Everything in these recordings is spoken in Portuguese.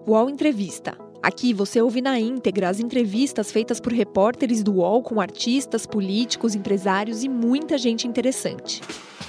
UOL Entrevista. Aqui você ouve na íntegra as entrevistas feitas por repórteres do UOL com artistas, políticos, empresários e muita gente interessante.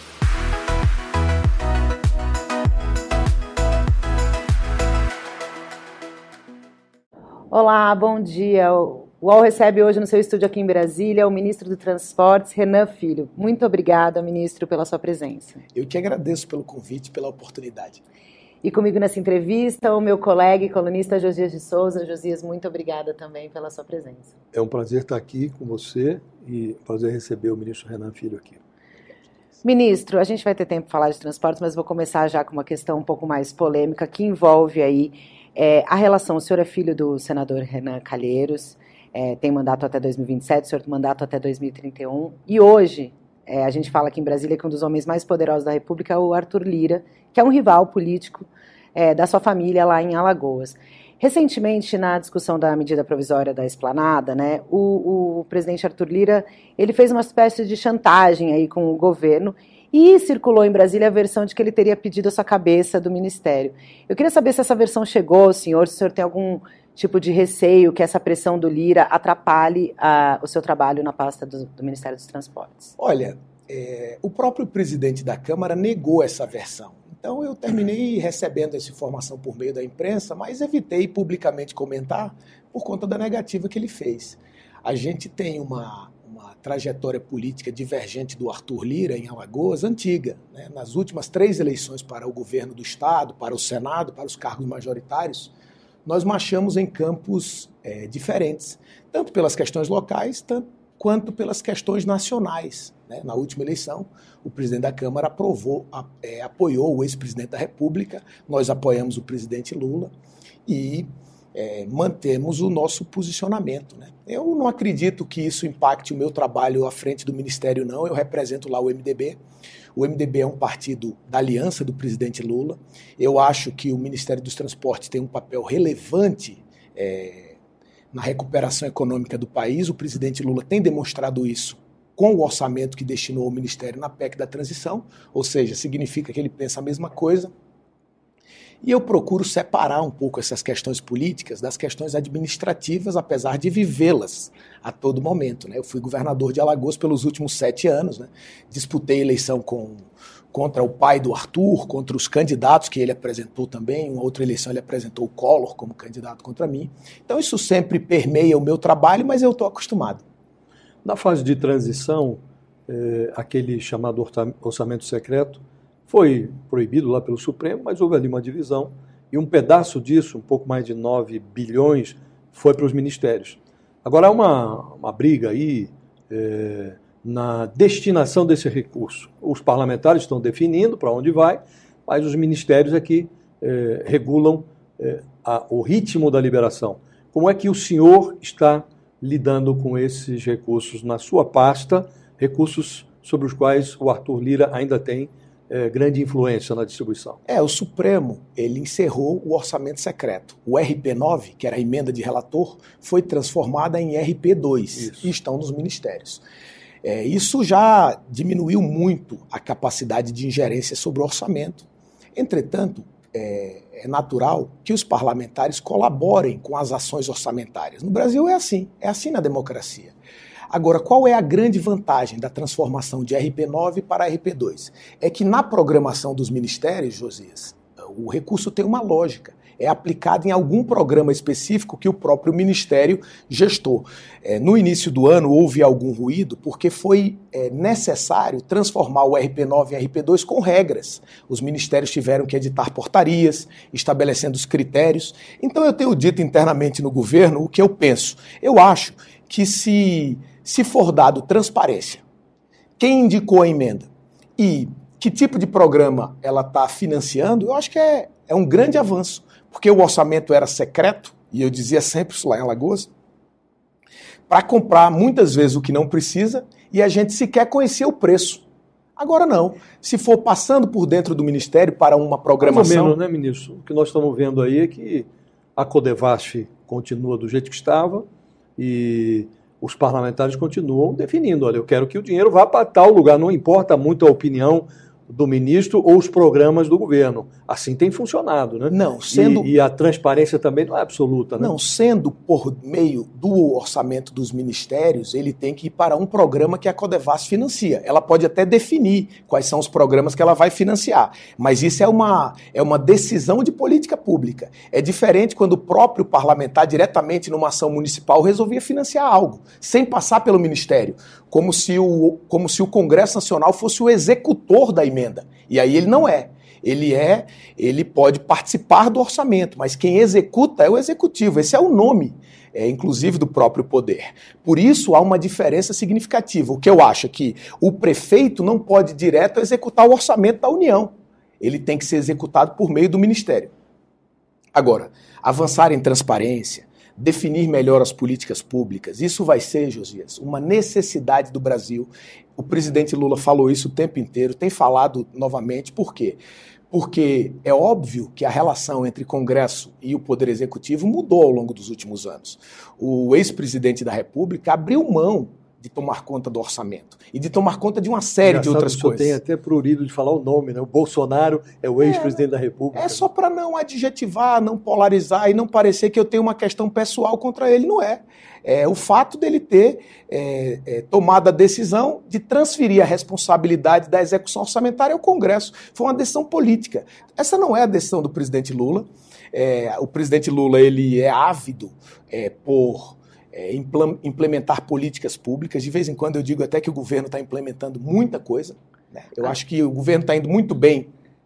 Olá, bom dia. O UOL recebe hoje no seu estúdio aqui em Brasília o ministro do Transportes, Renan Filho. Muito obrigada, ministro, pela sua presença. Eu que agradeço pelo convite, pela oportunidade. E comigo nessa entrevista, o meu colega e colunista Josias de Souza. Josias, muito obrigada também pela sua presença. É um prazer estar aqui com você e um prazer receber o ministro Renan Filho aqui. Ministro, a gente vai ter tempo para falar de transportes, mas vou começar já com uma questão um pouco mais polêmica que envolve aí a relação. O senhor é filho do senador Renan Calheiros, tem mandato até 2027, o senhor tem mandato até 2031, e hoje a gente fala aqui em Brasília que um dos homens mais poderosos da República é o Arthur Lira, que é um rival político da sua família lá em Alagoas. Recentemente, na discussão da medida provisória da Esplanada, né, o presidente Arthur Lira ele fez uma espécie de chantagem aí com o governo e circulou em Brasília a versão de que ele teria pedido a sua cabeça do ministério. Eu queria saber se essa versão chegou ao senhor, se o senhor tem algum tipo de receio que essa pressão do Lira atrapalhe o seu trabalho na pasta do Ministério dos Transportes. Olha, o próprio presidente da Câmara negou essa versão. Então eu terminei recebendo essa informação por meio da imprensa, mas evitei publicamente comentar por conta da negativa que ele fez. A gente tem uma trajetória política divergente do Arthur Lira em Alagoas antiga, né? Nas últimas 3 eleições para o governo do Estado, para o Senado, para os cargos majoritários, nós marchamos em campos diferentes, tanto pelas questões locais, quanto pelas questões nacionais. Né? Na última eleição, o presidente da Câmara apoiou o ex-presidente da República, nós apoiamos o presidente Lula e mantemos o nosso posicionamento. Né? Eu não acredito que isso impacte o meu trabalho à frente do Ministério, não. Eu represento lá o MDB. O MDB é um partido da aliança do presidente Lula. Eu acho que o Ministério dos Transportes tem um papel relevante na recuperação econômica do país. O presidente Lula tem demonstrado isso com o orçamento que destinou ao Ministério na PEC da transição, ou seja, significa que ele pensa a mesma coisa. E eu procuro separar um pouco essas questões políticas das questões administrativas, apesar de vivê-las a todo momento. Né? Eu fui governador de Alagoas pelos últimos 7 anos, né? Disputei eleição contra o pai do Arthur, contra os candidatos que ele apresentou também. Uma outra eleição ele apresentou o Collor como candidato contra mim. Então isso sempre permeia o meu trabalho, mas eu estou acostumado. Na fase de transição, aquele chamado orçamento secreto foi proibido lá pelo Supremo, mas houve ali uma divisão e um pedaço disso, um pouco mais de 9 bilhões, foi para os ministérios. Agora há uma briga aí na destinação desse recurso. Os parlamentares estão definindo para onde vai, mas os ministérios aqui regulam o ritmo da liberação. Como é que o senhor está lidando com esses recursos na sua pasta, recursos sobre os quais o Arthur Lira ainda tem grande influência na distribuição? O Supremo, ele encerrou o orçamento secreto. O RP9, que era a emenda de relator, foi transformada em RP2 e estão nos ministérios. Isso já diminuiu muito a capacidade de ingerência sobre o orçamento. Entretanto, é natural que os parlamentares colaborem com as ações orçamentárias. No Brasil é assim na democracia. Agora, qual é a grande vantagem da transformação de RP9 para RP2? É que na programação dos ministérios, Josias, o recurso tem uma lógica. É aplicado em algum programa específico que o próprio Ministério gestou. No início do ano houve algum ruído porque foi necessário transformar o RP9 em RP2 com regras. Os ministérios tiveram que editar portarias, estabelecendo os critérios. Então eu tenho dito internamente no governo o que eu penso. Eu acho que se for dado transparência, quem indicou a emenda e que tipo de programa ela está financiando, eu acho que é um grande avanço. Porque o orçamento era secreto, e eu dizia sempre isso lá em Alagoas, para comprar muitas vezes o que não precisa e a gente sequer conhecia o preço. Agora não. Se for passando por dentro do Ministério para uma programação... Mais ou menos, né, ministro? O que nós estamos vendo aí é que a Codevasf continua do jeito que estava e os parlamentares continuam definindo. Olha, eu quero que o dinheiro vá para tal lugar, não importa muito a opinião do ministro ou os programas do governo. Assim tem funcionado, né? Não, sendo... E a transparência também não é absoluta, né? Não, sendo por meio do orçamento dos ministérios, ele tem que ir para um programa que a Codevasf financia. Ela pode até definir quais são os programas que ela vai financiar, mas isso é uma decisão de política pública. É diferente quando o próprio parlamentar, diretamente numa ação municipal, resolvia financiar algo, sem passar pelo ministério, como se o Congresso Nacional fosse o executor da emenda. E aí ele não é. Ele pode participar do orçamento, mas quem executa é o executivo. Esse é o nome, inclusive, do próprio poder. Por isso, há uma diferença significativa. O que eu acho é que o prefeito não pode direto executar o orçamento da União. Ele tem que ser executado por meio do Ministério. Agora, avançar em transparência, definir melhor as políticas públicas, isso vai ser, Josias, uma necessidade do Brasil. O presidente Lula falou isso o tempo inteiro, tem falado novamente. Por quê? Porque é óbvio que a relação entre Congresso e o Poder Executivo mudou ao longo dos últimos anos. O ex-presidente da República abriu mão de tomar conta do orçamento e de tomar conta de uma série de outras coisas. Tem até prurido de falar o nome, né? O Bolsonaro é o ex-presidente da República. É só para não adjetivar, não polarizar e não parecer que eu tenho uma questão pessoal contra ele, não é. É o fato dele ter tomado a decisão de transferir a responsabilidade da execução orçamentária ao Congresso. Foi uma decisão política. Essa não é a decisão do presidente Lula. O presidente Lula ele é ávido por implementar políticas públicas. De vez em quando eu digo até que o governo está implementando muita coisa, né? Eu acho que o governo está indo muito bem,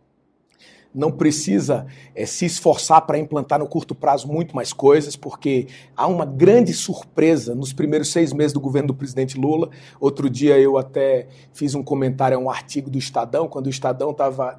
não precisa se esforçar para implantar no curto prazo muito mais coisas, porque há uma grande surpresa nos primeiros 6 meses do governo do presidente Lula. Outro dia eu até fiz um comentário a um artigo do Estadão, quando o Estadão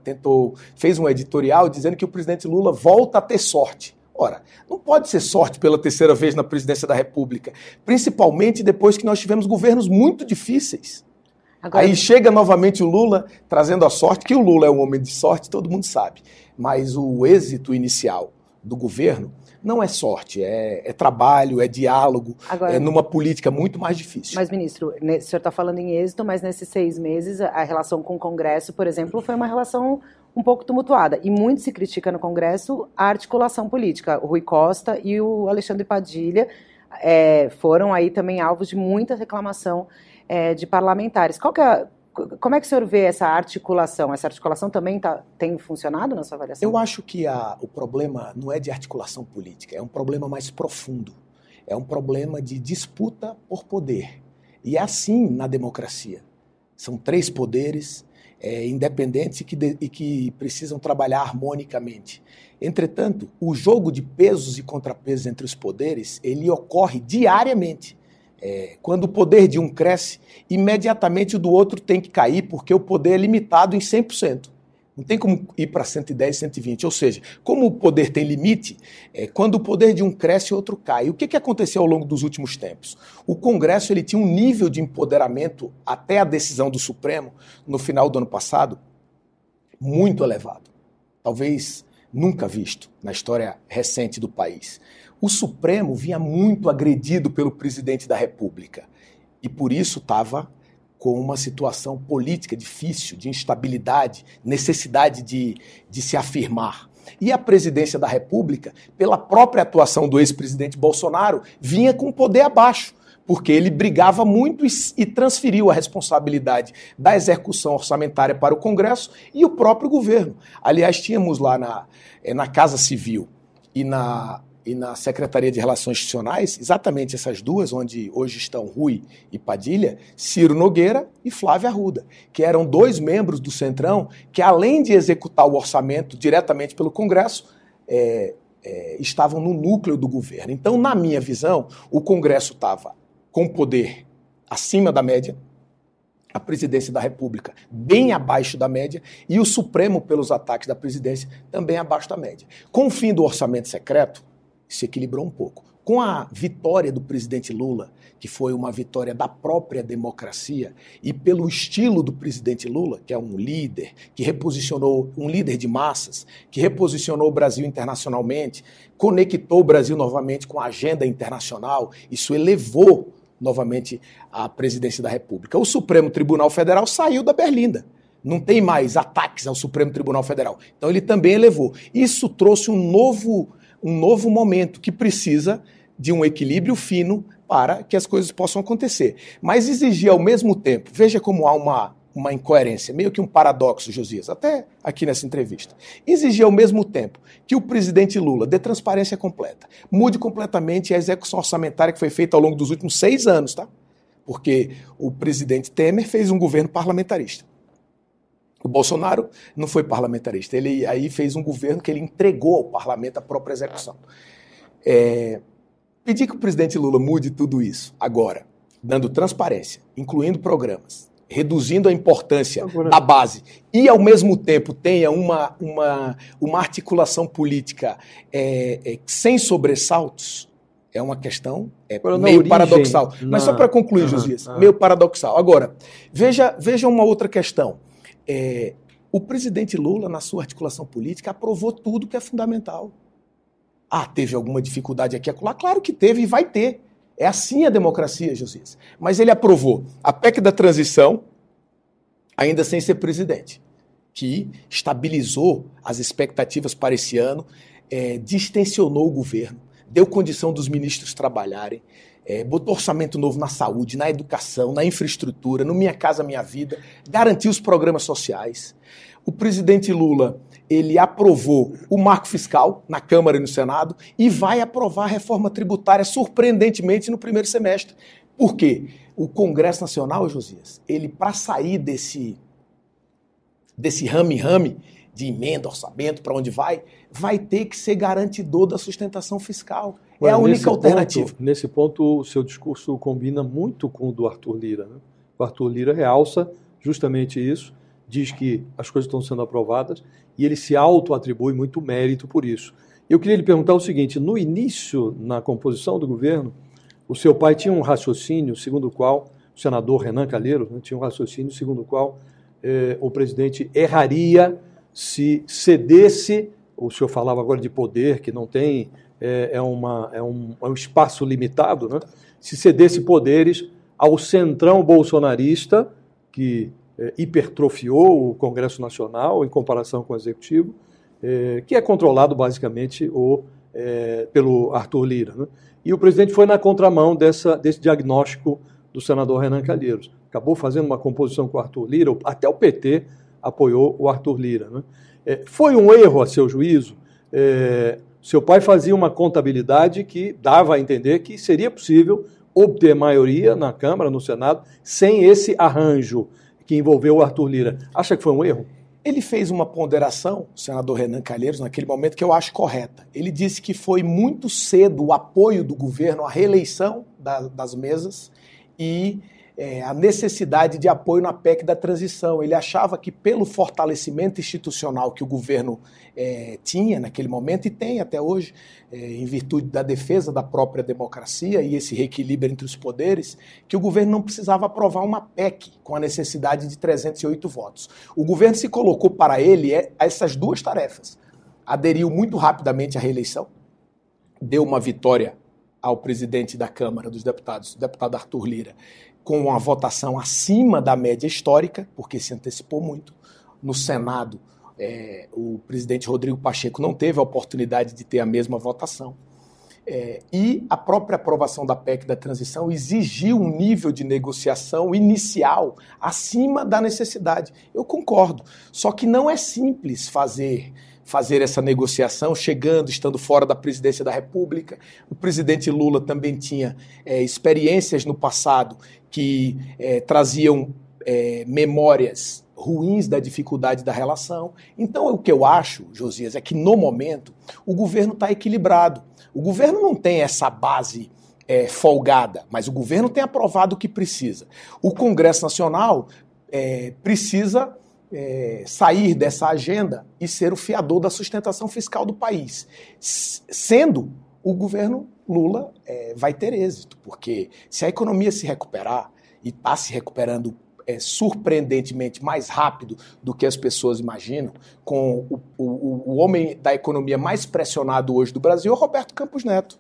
fez um editorial dizendo que o presidente Lula volta a ter sorte. Ora, não pode ser sorte pela 3ª vez na presidência da República, principalmente depois que nós tivemos governos muito difíceis. Agora, aí chega novamente o Lula trazendo a sorte, que o Lula é um homem de sorte, todo mundo sabe. Mas o êxito inicial do governo não é sorte, é trabalho, é diálogo, é numa política muito mais difícil. Mas, ministro, o senhor está falando em êxito, mas nesses 6 meses a relação com o Congresso, por exemplo, foi uma relação um pouco tumultuada. E muito se critica no Congresso a articulação política. O Rui Costa e o Alexandre Padilha foram aí também alvos de muita reclamação de parlamentares. Como é que o senhor vê essa articulação? Essa articulação também tem funcionado na sua avaliação? Eu acho que o problema não é de articulação política, é um problema mais profundo. É um problema de disputa por poder. E é assim na democracia. São 3 poderes independentes e que precisam trabalhar harmonicamente. Entretanto, o jogo de pesos e contrapesos entre os poderes, ele ocorre diariamente. Quando o poder de um cresce, imediatamente o do outro tem que cair, porque o poder é limitado em 100%. Não tem como ir para 110, 120. Ou seja, como o poder tem limite, quando o poder de um cresce, o outro cai. O que aconteceu ao longo dos últimos tempos? O Congresso ele tinha um nível de empoderamento, até a decisão do Supremo, no final do ano passado, muito elevado. Talvez nunca visto na história recente do país. O Supremo vinha muito agredido pelo presidente da República e por isso estava com uma situação política difícil, de instabilidade, necessidade de se afirmar. E a presidência da República, pela própria atuação do ex-presidente Bolsonaro, vinha com o poder abaixo, porque ele brigava muito e transferiu a responsabilidade da execução orçamentária para o Congresso e o próprio governo. Aliás, tínhamos lá na Casa Civil e na Secretaria de Relações Institucionais, exatamente essas duas, onde hoje estão Rui e Padilha, Ciro Nogueira e Flávia Arruda, que eram 2 membros do Centrão que, além de executar o orçamento diretamente pelo Congresso, estavam no núcleo do governo. Então, na minha visão, o Congresso estava com poder acima da média, a presidência da República bem abaixo da média e o Supremo, pelos ataques da presidência, também abaixo da média. Com o fim do orçamento secreto, se equilibrou um pouco. Com a vitória do presidente Lula, que foi uma vitória da própria democracia, e pelo estilo do presidente Lula, que é um líder, que reposicionou, um líder de massas, que reposicionou o Brasil internacionalmente, conectou o Brasil novamente com a agenda internacional, isso elevou novamente a presidência da República. O Supremo Tribunal Federal saiu da berlinda. Não tem mais ataques ao Supremo Tribunal Federal. Então ele também elevou. Isso trouxe um novo momento que precisa de um equilíbrio fino para que as coisas possam acontecer. Mas exigir ao mesmo tempo, veja como há uma incoerência, meio que um paradoxo, Josias, até aqui nessa entrevista. Exigir ao mesmo tempo que o presidente Lula dê transparência completa, mude completamente a execução orçamentária que foi feita ao longo dos últimos 6 anos, tá? Porque o presidente Temer fez um governo parlamentarista. O Bolsonaro não foi parlamentarista, ele aí fez um governo que ele entregou ao parlamento a própria execução. Pedir que o presidente Lula mude tudo isso agora, dando transparência, incluindo programas, reduzindo a importância da base e, ao mesmo tempo, tenha uma articulação política sem sobressaltos, é uma questão meio paradoxal. Mas só para concluir, Josias, meio paradoxal. Agora, veja uma outra questão. O presidente Lula, na sua articulação política, aprovou tudo que é fundamental. Teve alguma dificuldade aqui e acolá? Claro que teve e vai ter. É assim a democracia, Josias. Mas ele aprovou a PEC da transição, ainda sem ser presidente, que estabilizou as expectativas para esse ano, distensionou o governo, deu condição dos ministros trabalharem, botou orçamento novo na saúde, na educação, na infraestrutura, no Minha Casa Minha Vida, garantiu os programas sociais. O presidente Lula, ele aprovou o marco fiscal na Câmara e no Senado e vai aprovar a reforma tributária, surpreendentemente, no primeiro semestre. Por quê? O Congresso Nacional, Josias, ele, para sair desse rame-rame de emenda, orçamento, para onde vai ter que ser garantidor da sustentação fiscal. É a única alternativa. Nesse ponto, o seu discurso combina muito com o do Arthur Lira, né? O Arthur Lira realça justamente isso, diz que as coisas estão sendo aprovadas e ele se auto-atribui muito mérito por isso. Eu queria lhe perguntar o seguinte, no início, na composição do governo, o seu pai tinha um raciocínio segundo o qual, o senador Renan Calheiros, né, tinha um raciocínio segundo o qual o presidente erraria se cedesse, o senhor falava agora de poder, que não tem, é um espaço limitado, né, se cedesse poderes ao centrão bolsonarista, que hipertrofiou o Congresso Nacional em comparação com o Executivo, que é controlado basicamente pelo Arthur Lira, né? E o presidente foi na contramão desse diagnóstico do senador Renan Calheiros. Acabou fazendo uma composição com o Arthur Lira, até o PT apoiou o Arthur Lira, né? Foi um erro, a seu juízo? Seu pai fazia uma contabilidade que dava a entender que seria possível obter maioria na Câmara, no Senado, sem esse arranjo que envolveu o Arthur Lira. Acha que foi um erro? Ele fez uma ponderação, o senador Renan Calheiros, naquele momento, que eu acho correta. Ele disse que foi muito cedo o apoio do governo à reeleição das mesas e a necessidade de apoio na PEC da transição. Ele achava que, pelo fortalecimento institucional que o governo tinha naquele momento, e tem até hoje, em virtude da defesa da própria democracia e esse reequilíbrio entre os poderes, que o governo não precisava aprovar uma PEC com a necessidade de 308 votos. O governo se colocou para ele essas duas tarefas. Aderiu muito rapidamente à reeleição, deu uma vitória ao presidente da Câmara dos Deputados, o deputado Arthur Lira, com uma votação acima da média histórica, porque se antecipou muito. No Senado, o presidente Rodrigo Pacheco não teve a oportunidade de ter a mesma votação. E a própria aprovação da PEC da transição exigiu um nível de negociação inicial acima da necessidade. Eu concordo, só que não é simples fazer essa negociação, estando fora da presidência da República. O presidente Lula também tinha experiências no passado que traziam memórias ruins da dificuldade da relação. Então, o que eu acho, Josias, é que no momento o governo está equilibrado. O governo não tem essa base folgada, mas o governo tem aprovado o que precisa. O Congresso Nacional precisa sair dessa agenda e ser o fiador da sustentação fiscal do país. Sendo o governo Lula vai ter êxito, porque se a economia se recuperar, e está se recuperando surpreendentemente mais rápido do que as pessoas imaginam, com o homem da economia mais pressionado hoje do Brasil é o Roberto Campos Neto.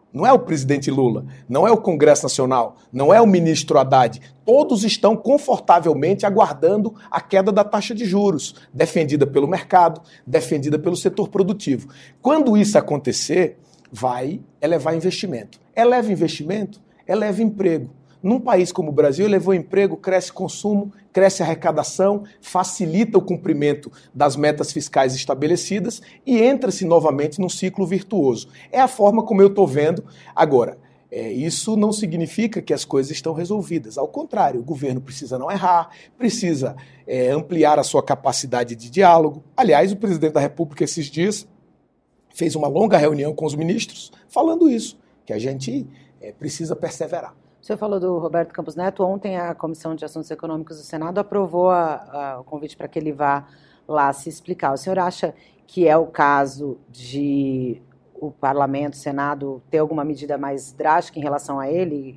Não é o presidente Lula, não é o Congresso Nacional, não é o ministro Haddad. Todos estão confortavelmente aguardando a queda da taxa de juros, defendida pelo mercado, defendida pelo setor produtivo. Quando isso acontecer, vai elevar investimento. Eleva investimento, eleva emprego. Num país como o Brasil, elevou emprego, cresce consumo, cresce arrecadação, facilita o cumprimento das metas fiscais estabelecidas e entra-se novamente num ciclo virtuoso. É a forma como eu estou vendo. Agora, isso não significa que as coisas estão resolvidas. Ao contrário, o governo precisa não errar, precisa ampliar a sua capacidade de diálogo. Aliás, o presidente da República, esses dias, fez uma longa reunião com os ministros falando isso, que a gente precisa perseverar. O senhor falou do Roberto Campos Neto. Ontem a Comissão de Assuntos Econômicos do Senado aprovou o convite para que ele vá lá se explicar. O senhor acha que é o caso de o Parlamento, o Senado, ter alguma medida mais drástica em relação a ele,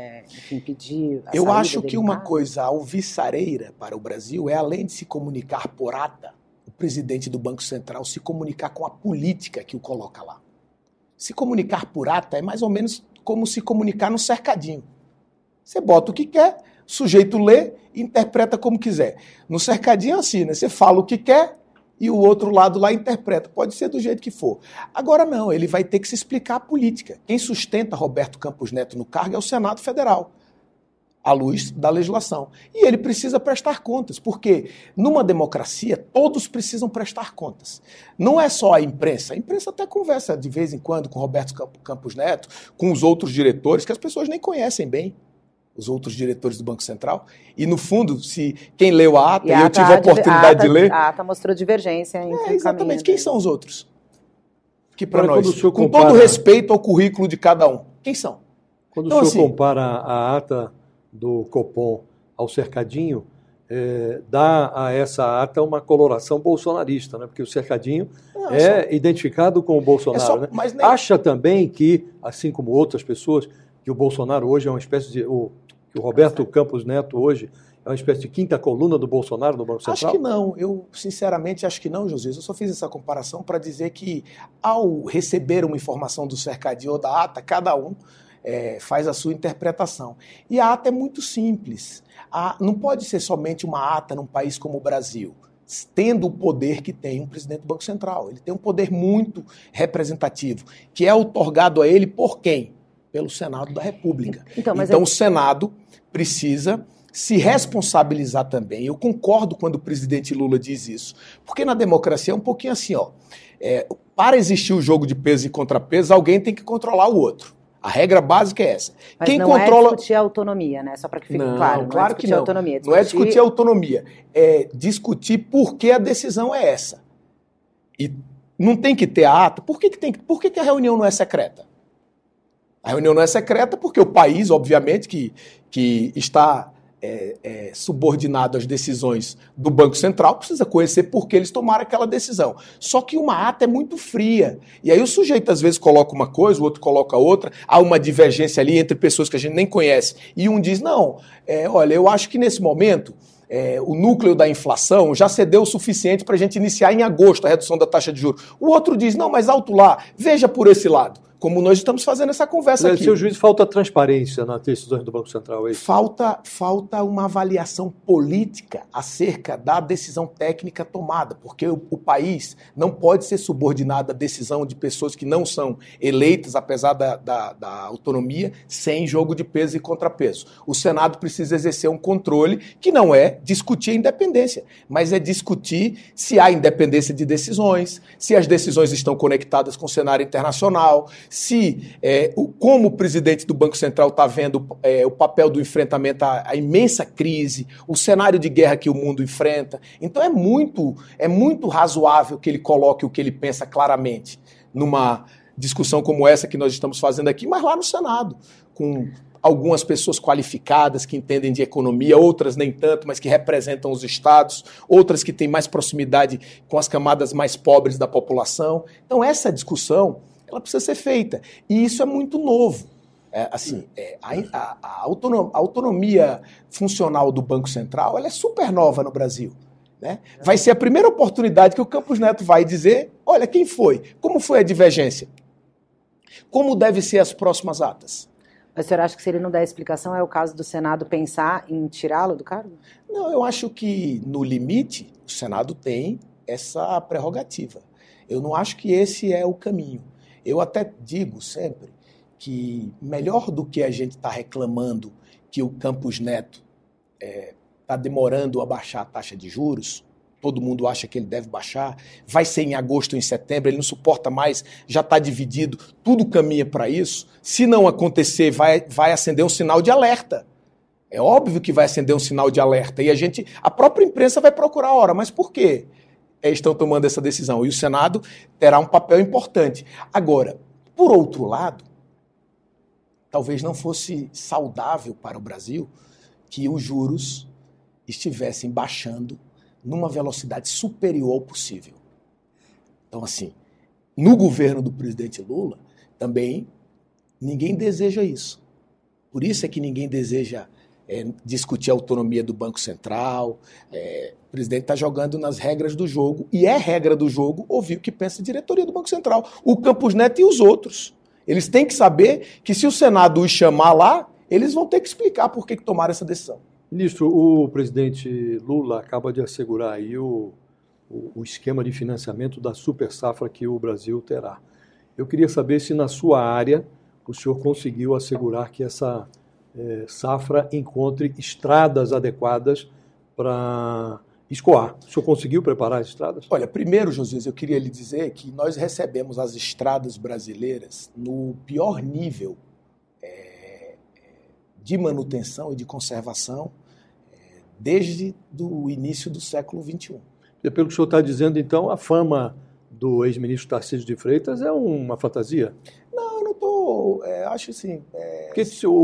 impedir a saída Eu acho que dele uma coisa alvissareira para o Brasil é, além de se comunicar por ata, o presidente do Banco Central se comunicar com a política que o coloca lá. Se comunicar por ata é mais ou menos como se comunicar no cercadinho. Você bota o que quer, o sujeito lê e interpreta como quiser. No cercadinho é assim, né? Você fala o que quer e o outro lado lá interpreta. Pode ser do jeito que for. Agora não, ele vai ter que se explicar a política. Quem sustenta Roberto Campos Neto no cargo é o Senado Federal, à luz da legislação. E ele precisa prestar contas, porque numa democracia todos precisam prestar contas. Não é só a imprensa até conversa de vez em quando com Roberto Campos Neto, com os outros diretores, que as pessoas nem conhecem bem, os outros diretores do Banco Central. E no fundo, se quem leu a ata, e eu tive a oportunidade de ler... A ata mostrou divergência entre exatamente. Quem são os outros? Que para Agora, nós, com todo respeito ao currículo de cada um, quem são? Quando então, o senhor compara a ata do Copom ao cercadinho, dá a essa ata uma coloração bolsonarista, né? Porque o cercadinho identificado com o Bolsonaro. Né? Acha também que, assim como outras pessoas, que o Bolsonaro hoje é uma espécie de... que o Roberto Campos Neto hoje é uma espécie de quinta coluna do Bolsonaro no Banco Central? Acho que não. Eu, sinceramente, acho que não, José. Eu só fiz essa comparação para dizer que, ao receber uma informação do cercadinho ou da ata, cada um faz a sua interpretação. E a ata é muito simples. Não pode ser somente uma ata num país como o Brasil, tendo o poder que tem um presidente do Banco Central. Ele tem um poder muito representativo, que é outorgado a ele por quem? Pelo Senado da República. Então o Senado precisa se responsabilizar também. Eu concordo quando o presidente Lula diz isso, porque na democracia é um pouquinho assim, para existir o jogo de peso e contrapeso, alguém tem que controlar o outro. A regra básica é essa. Mas quem não controla... é discutir a autonomia, né? Só para que fique claro. Não, claro que não. Não é discutir a autonomia. É discutir por que a decisão é essa. E não tem que ter a ata. Por que a reunião não é secreta? A reunião não é secreta porque o país, obviamente, que está subordinado às decisões do Banco Central, precisa conhecer por que eles tomaram aquela decisão. Só que uma ata é muito fria. E aí o sujeito, às vezes, coloca uma coisa, o outro coloca outra, há uma divergência ali entre pessoas que a gente nem conhece. E um diz, não, olha, eu acho que nesse momento... o núcleo da inflação já cedeu o suficiente para a gente iniciar em agosto a redução da taxa de juros. O outro diz, não, mas alto lá, veja por esse lado. Como nós estamos fazendo essa conversa aqui. Seu juiz, falta transparência nas decisões do Banco Central, é isso? Falta uma avaliação política acerca da decisão técnica tomada, porque o país não pode ser subordinado à decisão de pessoas que não são eleitas, apesar da autonomia, sem jogo de peso e contrapeso. O Senado precisa exercer um controle que não é discutir a independência, mas é discutir se há independência de decisões, se as decisões estão conectadas com o cenário internacional, como o presidente do Banco Central está vendo o papel do enfrentamento à imensa crise, o cenário de guerra que o mundo enfrenta. Então é muito razoável que ele coloque o que ele pensa claramente numa discussão como essa que nós estamos fazendo aqui, mas lá no Senado, com algumas pessoas qualificadas que entendem de economia, outras nem tanto, mas que representam os estados, outras que têm mais proximidade com as camadas mais pobres da população. Então essa discussão ela precisa ser feita. E isso é muito novo. A autonomia funcional do Banco Central ela é super nova no Brasil. Né? Vai ser a primeira oportunidade que o Campos Neto vai dizer, olha, quem foi? Como foi a divergência? Como devem ser as próximas atas? Mas o senhor acha que se ele não der explicação, é o caso do Senado pensar em tirá-lo do cargo? Não, eu acho que, no limite, o Senado tem essa prerrogativa. Eu não acho que esse é o caminho. Eu até digo sempre que melhor do que a gente está reclamando que o Campos Neto está demorando a baixar a taxa de juros, todo mundo acha que ele deve baixar, vai ser em agosto ou em setembro, ele não suporta mais, já está dividido, tudo caminha para isso. Se não acontecer, vai acender um sinal de alerta. É óbvio que vai acender um sinal de alerta. E a própria imprensa vai procurar a hora. Mas por quê estão tomando essa decisão? E o Senado terá um papel importante. Agora, por outro lado, talvez não fosse saudável para o Brasil que os juros estivessem baixando numa velocidade superior ao possível. Então, assim, no governo do presidente Lula, também ninguém deseja isso. Por isso é que ninguém deseja discutir a autonomia do Banco Central. O presidente está jogando nas regras do jogo, e é regra do jogo ouvir o que pensa a diretoria do Banco Central, o Campos Neto e os outros. Eles têm que saber que se o Senado os chamar lá, eles vão ter que explicar por que tomaram essa decisão. Ministro, o presidente Lula acaba de assegurar aí o esquema de financiamento da super safra que o Brasil terá. Eu queria saber se na sua área o senhor conseguiu assegurar que essa safra encontre estradas adequadas para escoar. O senhor conseguiu preparar as estradas? Olha, primeiro, Josias, eu queria lhe dizer que nós recebemos as estradas brasileiras no pior nível de manutenção e de conservação desde o início do século XXI. E pelo que o senhor está dizendo, então, a fama do ex-ministro Tarcísio de Freitas é uma fantasia? Não, eu não estou... acho assim... Porque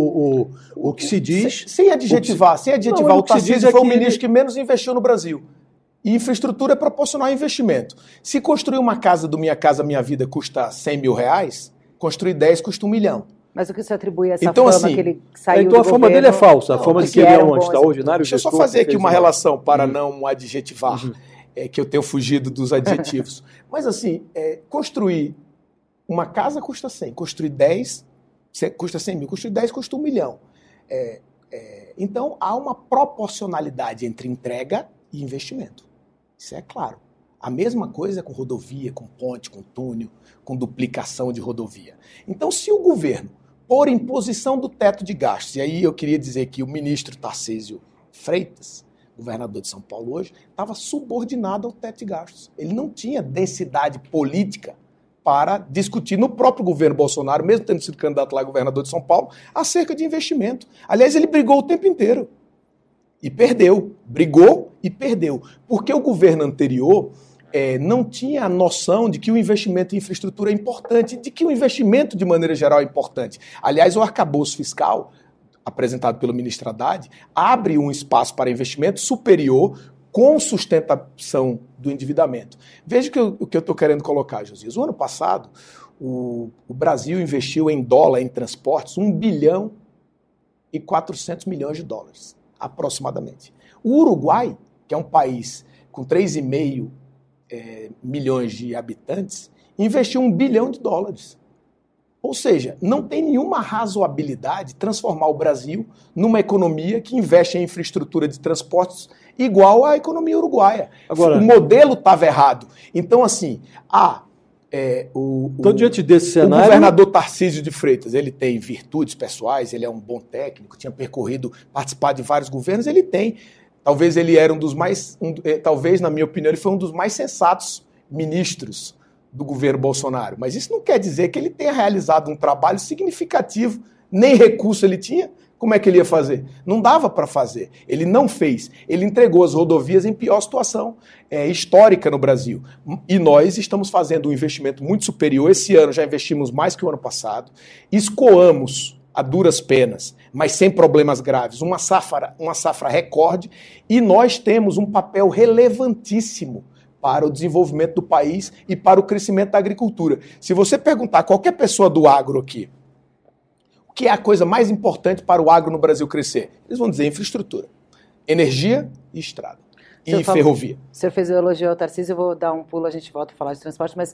o que se diz... Sem adjetivar, o Tarcísio foi o ministro que menos investiu no Brasil. E infraestrutura é proporcional ao investimento. Se construir uma casa do Minha Casa Minha Vida custa R$100 mil, construir 10 custa R$1 milhão. Mas o que você atribui a essa então, fama assim, que ele saiu então do a fama governo, dele é falsa, a fama de que ele é um extraordinário gestor. Deixa eu só fazer aqui uma relação para não adjetivar, que eu tenho fugido dos adjetivos. Mas assim, construir uma casa custa 100, construir 10 custa 100 mil, construir 10 custa 1 milhão. Então há uma proporcionalidade entre entrega e investimento. Isso é claro. A mesma coisa com rodovia, com ponte, com túnel, com duplicação de rodovia. Então, se o governo, por imposição do teto de gastos, e aí eu queria dizer que o ministro Tarcísio Freitas, governador de São Paulo hoje, estava subordinado ao teto de gastos. Ele não tinha densidade política para discutir no próprio governo Bolsonaro, mesmo tendo sido candidato lá a governador de São Paulo, acerca de investimento. Aliás, ele brigou o tempo inteiro. E perdeu. Brigou e perdeu. Porque o governo anterior não tinha a noção de que o investimento em infraestrutura é importante, de que o investimento, de maneira geral, é importante. Aliás, o arcabouço fiscal, apresentado pelo ministro Haddad, abre um espaço para investimento superior com sustentação do endividamento. Veja o que eu estou querendo colocar, Josias. O ano passado, o Brasil investiu em dólar, em transportes, 1 bilhão e 400 milhões de dólares, aproximadamente. O Uruguai, que é um país com 3,5 milhões de habitantes, investiu 1 bilhão de dólares. Ou seja, não tem nenhuma razoabilidade transformar o Brasil numa economia que investe em infraestrutura de transportes igual à economia uruguaia. Agora, o modelo estava errado. Então, assim, então, diante desse cenário, o governador Tarcísio de Freitas, ele tem virtudes pessoais, ele é um bom técnico, tinha participado de vários governos, ele tem. Talvez ele era talvez, na minha opinião, ele foi um dos mais sensatos ministros do governo Bolsonaro. Mas isso não quer dizer que ele tenha realizado um trabalho significativo, nem recurso ele tinha. Como é que ele ia fazer? Não dava para fazer. Ele não fez. Ele entregou as rodovias em pior situação histórica no Brasil. E nós estamos fazendo um investimento muito superior. Esse ano já investimos mais que o ano passado. Escoamos a duras penas, mas sem problemas graves, uma safra recorde, e nós temos um papel relevantíssimo para o desenvolvimento do país e para o crescimento da agricultura. Se você perguntar a qualquer pessoa do agro aqui, o que é a coisa mais importante para o agro no Brasil crescer? Eles vão dizer infraestrutura, energia e estrada, e ferrovia. O senhor fez o elogio ao Tarcísio, eu vou dar um pulo, a gente volta a falar de transporte, mas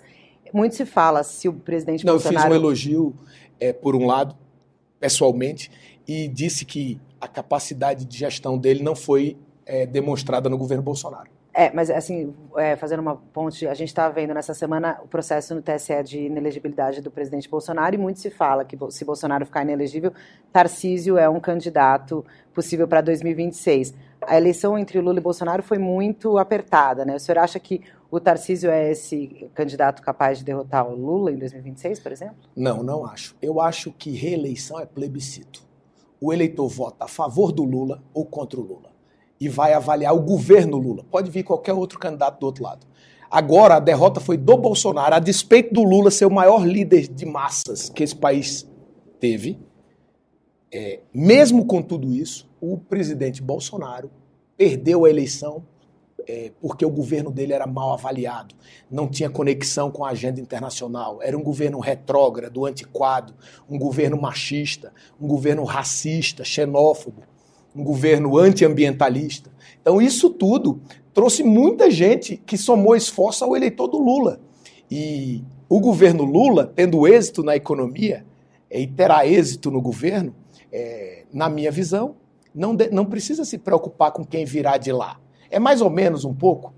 Muito se fala se o presidente Não, Bolsonaro... eu fiz um elogio, por um lado, pessoalmente, e disse que a capacidade de gestão dele não foi demonstrada no governo Bolsonaro. Mas assim, fazendo uma ponte, a gente está vendo nessa semana o processo no TSE de inelegibilidade do presidente Bolsonaro e muito se fala que se Bolsonaro ficar inelegível, Tarcísio é um candidato possível para 2026. A eleição entre o Lula e Bolsonaro foi muito apertada, né? O senhor acha que o Tarcísio é esse candidato capaz de derrotar o Lula em 2026, por exemplo? Não, não acho. Eu acho que reeleição é plebiscito. O eleitor vota a favor do Lula ou contra o Lula. E vai avaliar o governo Lula. Pode vir qualquer outro candidato do outro lado. Agora, a derrota foi do Bolsonaro, a despeito do Lula ser o maior líder de massas que esse país teve. Mesmo com tudo isso, o presidente Bolsonaro perdeu a eleição porque o governo dele era mal avaliado, não tinha conexão com a agenda internacional, era um governo retrógrado, antiquado, um governo machista, um governo racista, xenófobo, um governo antiambientalista. Então isso tudo trouxe muita gente que somou esforço ao eleitor do Lula. E o governo Lula, tendo êxito na economia e terá êxito no governo, na minha visão, não precisa se preocupar com quem virá de lá. É mais ou menos um pouco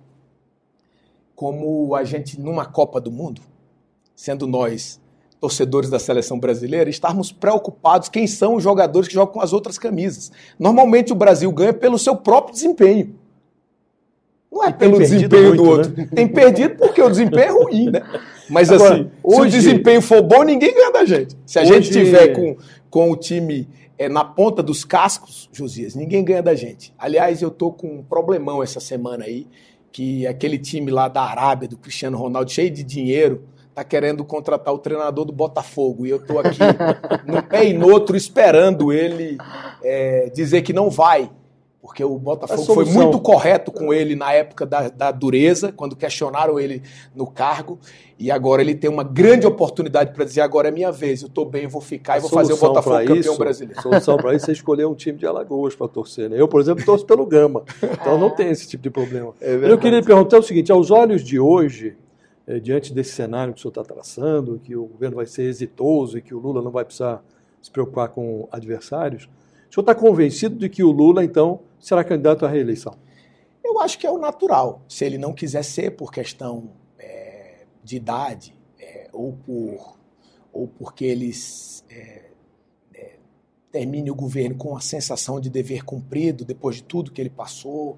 como a gente numa Copa do Mundo, sendo nós torcedores da seleção brasileira, estarmos preocupados quem são os jogadores que jogam com as outras camisas. Normalmente o Brasil ganha pelo seu próprio desempenho. Não é pelo desempenho do outro. Né? Tem perdido porque o desempenho é ruim, né? Mas agora, assim, se o desempenho for bom, ninguém ganha da gente. Se a gente tiver com o time na ponta dos cascos, Josias, ninguém ganha da gente. Aliás, eu tô com um problemão essa semana aí, que aquele time lá da Arábia, do Cristiano Ronaldo, cheio de dinheiro, tá querendo contratar o treinador do Botafogo. E eu tô aqui num pé e no outro esperando ele dizer que não vai. Porque o Botafogo foi muito correto com ele na época da dureza, quando questionaram ele no cargo. E agora ele tem uma grande oportunidade para dizer: agora é minha vez, eu estou bem, eu vou ficar e vou fazer o Botafogo campeão brasileiro. A solução para isso é escolher um time de Alagoas para torcer. Né? Eu, por exemplo, torço pelo Gama. Então não tem esse tipo de problema. Eu queria lhe perguntar o seguinte: aos olhos de hoje, diante desse cenário que o senhor está traçando, que o governo vai ser exitoso e que o Lula não vai precisar se preocupar com adversários, o senhor está convencido de que o Lula, então, será candidato à reeleição? Eu acho que é o natural. Se ele não quiser ser por questão de idade ou porque eles terminem o governo com a sensação de dever cumprido depois de tudo que ele passou,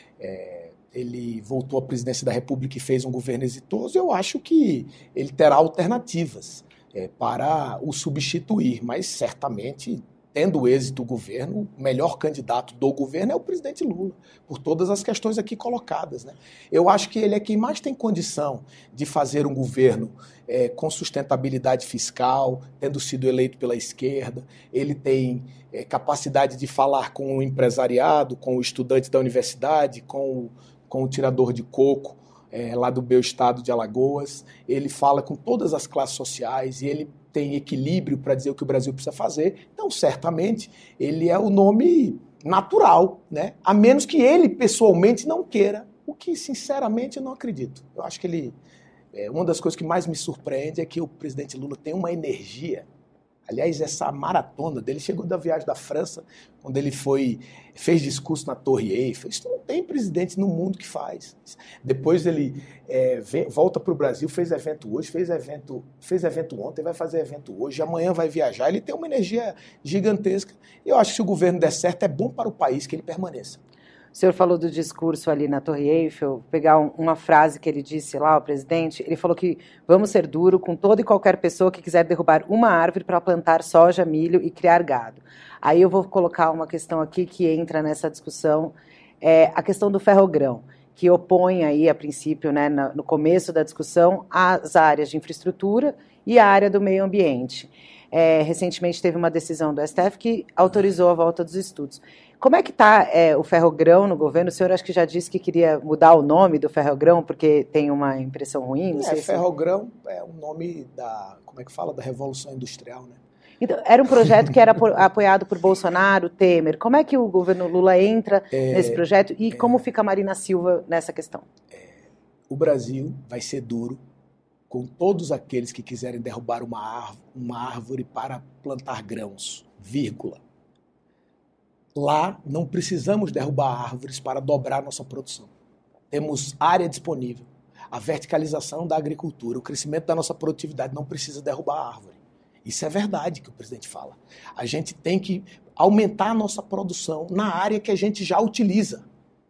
ele voltou à presidência da República e fez um governo exitoso, eu acho que ele terá alternativas para o substituir, mas certamente, tendo êxito o governo, o melhor candidato do governo é o presidente Lula, por todas as questões aqui colocadas. Né? Eu acho que ele é quem mais tem condição de fazer um governo com sustentabilidade fiscal, tendo sido eleito pela esquerda. Ele tem capacidade de falar com o empresariado, com o estudante da universidade, com o tirador de coco, lá do meu estado de Alagoas. Ele fala com todas as classes sociais e ele tem equilíbrio para dizer o que o Brasil precisa fazer. Então, certamente, ele é o nome natural, né? A menos que ele, pessoalmente, não queira, o que, sinceramente, eu não acredito. Eu acho que ele... uma das coisas que mais me surpreende é que o presidente Lula tem uma energia. Aliás, essa maratona dele chegou da viagem da França, quando ele fez discurso na Torre Eiffel. Isso não tem presidente no mundo que faz. Depois ele volta para o Brasil, fez evento hoje, fez evento ontem, vai fazer evento hoje, amanhã vai viajar. Ele tem uma energia gigantesca. E eu acho que se o governo der certo, é bom para o país que ele permaneça. O senhor falou do discurso ali na Torre Eiffel, pegar uma frase que ele disse lá, o presidente, ele falou que vamos ser duro com toda e qualquer pessoa que quiser derrubar uma árvore para plantar soja, milho e criar gado. Aí eu vou colocar uma questão aqui que entra nessa discussão, a questão do ferrogrão, que opõe aí, a princípio, né, no começo da discussão, as áreas de infraestrutura e a área do meio ambiente. Recentemente teve uma decisão do STF que autorizou a volta dos estudos. Como é que está o ferrogrão no governo? O senhor acho que já disse que queria mudar o nome do ferrogrão porque tem uma impressão ruim? Não sei ferrogrão é o nome da Revolução Industrial, né? Então, era um projeto que era apoiado por Bolsonaro, Temer. Como é que o governo Lula entra nesse projeto e como fica a Marina Silva nessa questão? O Brasil vai ser duro com todos aqueles que quiserem derrubar uma árvore para plantar grãos, vírgula. Lá não precisamos derrubar árvores para dobrar nossa produção. Temos área disponível. A verticalização da agricultura, o crescimento da nossa produtividade não precisa derrubar a árvore. Isso é verdade que o presidente fala. A gente tem que aumentar a nossa produção na área que a gente já utiliza.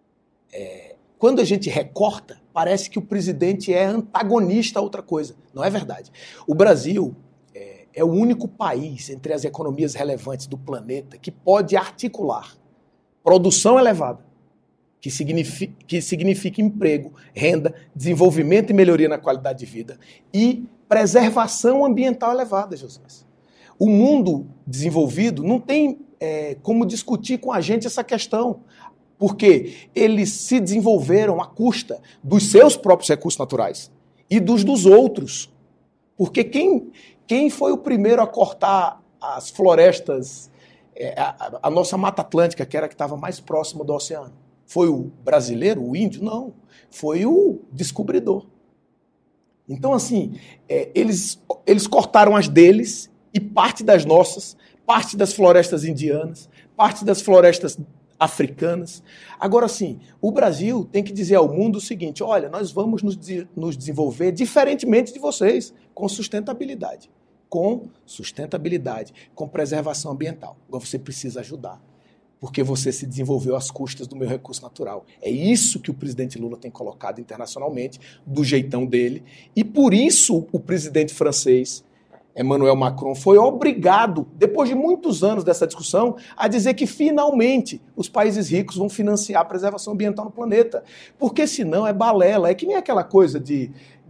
Quando a gente recorta, parece que o presidente é antagonista a outra coisa. Não é verdade. O Brasil é o único país entre as economias relevantes do planeta que pode articular produção elevada, que significa emprego, renda, desenvolvimento e melhoria na qualidade de vida, e preservação ambiental elevada, José. O mundo desenvolvido não tem como discutir com a gente essa questão, porque eles se desenvolveram à custa dos seus próprios recursos naturais e dos outros. Porque quem foi o primeiro a cortar as florestas, a nossa Mata Atlântica, que era a que estava mais próxima do oceano? Foi o brasileiro, o índio? Não. Foi o descobridor. Então, assim, eles cortaram as deles e parte das nossas, parte das florestas indianas, parte das florestas africanas. Agora, sim, o Brasil tem que dizer ao mundo o seguinte: olha, nós vamos nos desenvolver diferentemente de vocês, com sustentabilidade, com preservação ambiental. Agora você precisa ajudar, porque você se desenvolveu às custas do meu recurso natural. É isso que o presidente Lula tem colocado internacionalmente, do jeitão dele, e por isso o presidente francês, Emmanuel Macron, foi obrigado, depois de muitos anos dessa discussão, a dizer que finalmente os países ricos vão financiar a preservação ambiental no planeta. Porque senão é balela. É que nem aquela coisa de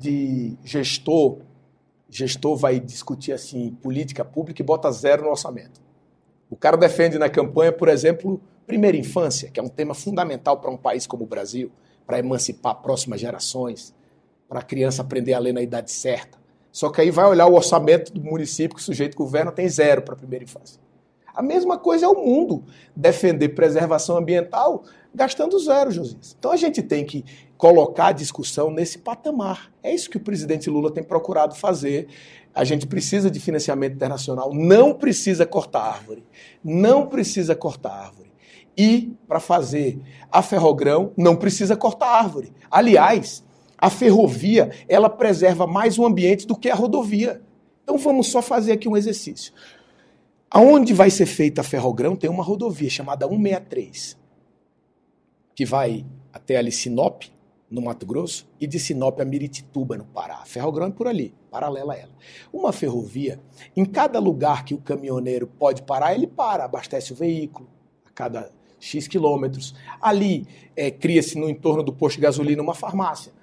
gestor vai discutir assim política pública e bota zero no orçamento. O cara defende na campanha, por exemplo, primeira infância, que é um tema fundamental para um país como o Brasil, para emancipar próximas gerações, para a criança aprender a ler na idade certa. Só que aí vai olhar o orçamento do município que o sujeito governa, tem zero para a primeira infância. A mesma coisa é o mundo defender preservação ambiental gastando zero, Josias. Então a gente tem que colocar a discussão nesse patamar. É isso que o presidente Lula tem procurado fazer. A gente precisa de financiamento internacional, não precisa cortar árvore. Não precisa cortar árvore. E, para fazer a Ferrogrão, não precisa cortar árvore. Aliás, a ferrovia, ela preserva mais o ambiente do que a rodovia. Então vamos só fazer aqui um exercício. Aonde vai ser feita a Ferrogrão tem uma rodovia chamada 163, que vai até ali Sinop, no Mato Grosso, e de Sinop a Miritituba, no Pará. A Ferrogrão é por ali, paralela a ela. Uma ferrovia, em cada lugar que o caminhoneiro pode parar, ele para, abastece o veículo a cada X quilômetros. Ali cria-se no entorno do posto de gasolina uma farmácia,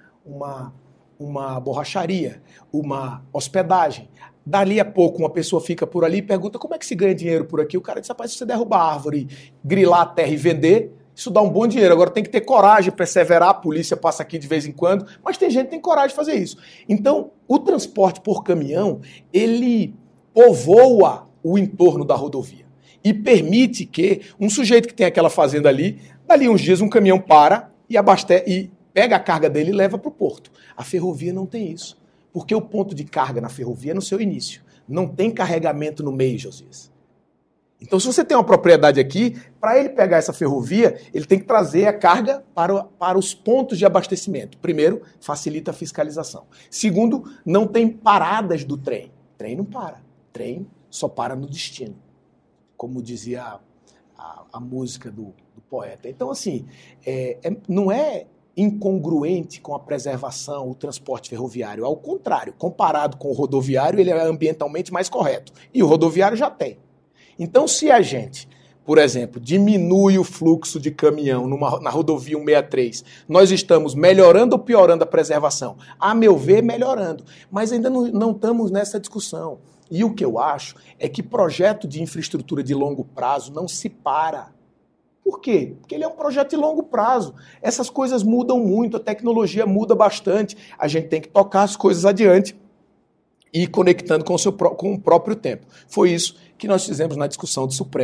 uma borracharia, uma hospedagem. Dali a pouco uma pessoa fica por ali e pergunta como é que se ganha dinheiro por aqui. O cara diz, rapaz, se você derrubar a árvore, grilar a terra e vender, isso dá um bom dinheiro. Agora tem que ter coragem, perseverar, a polícia passa aqui de vez em quando, mas tem gente que tem coragem de fazer isso. Então, o transporte por caminhão, ele povoa o entorno da rodovia e permite que um sujeito que tem aquela fazenda ali, dali uns dias um caminhão para e abastece e pega a carga dele e leva para o porto. A ferrovia não tem isso, porque o ponto de carga na ferrovia é no seu início. Não tem carregamento no meio, Josias. Então, se você tem uma propriedade aqui, para ele pegar essa ferrovia, ele tem que trazer a carga para os pontos de abastecimento. Primeiro, facilita a fiscalização. Segundo, não tem paradas do trem. Trem não para. Trem só para no destino, como dizia a música do poeta. Então, assim, não é incongruente com a preservação, o transporte ferroviário. Ao contrário, comparado com o rodoviário, ele é ambientalmente mais correto. E o rodoviário já tem. Então, se a gente, por exemplo, diminui o fluxo de caminhão na rodovia 163, nós estamos melhorando ou piorando a preservação? A meu ver, melhorando. Mas ainda não estamos nessa discussão. E o que eu acho é que projeto de infraestrutura de longo prazo não se para. Por quê? Porque ele é um projeto de longo prazo. Essas coisas mudam muito, a tecnologia muda bastante. A gente tem que tocar as coisas adiante e ir conectando com o próprio tempo. Foi isso que nós fizemos na discussão do Supremo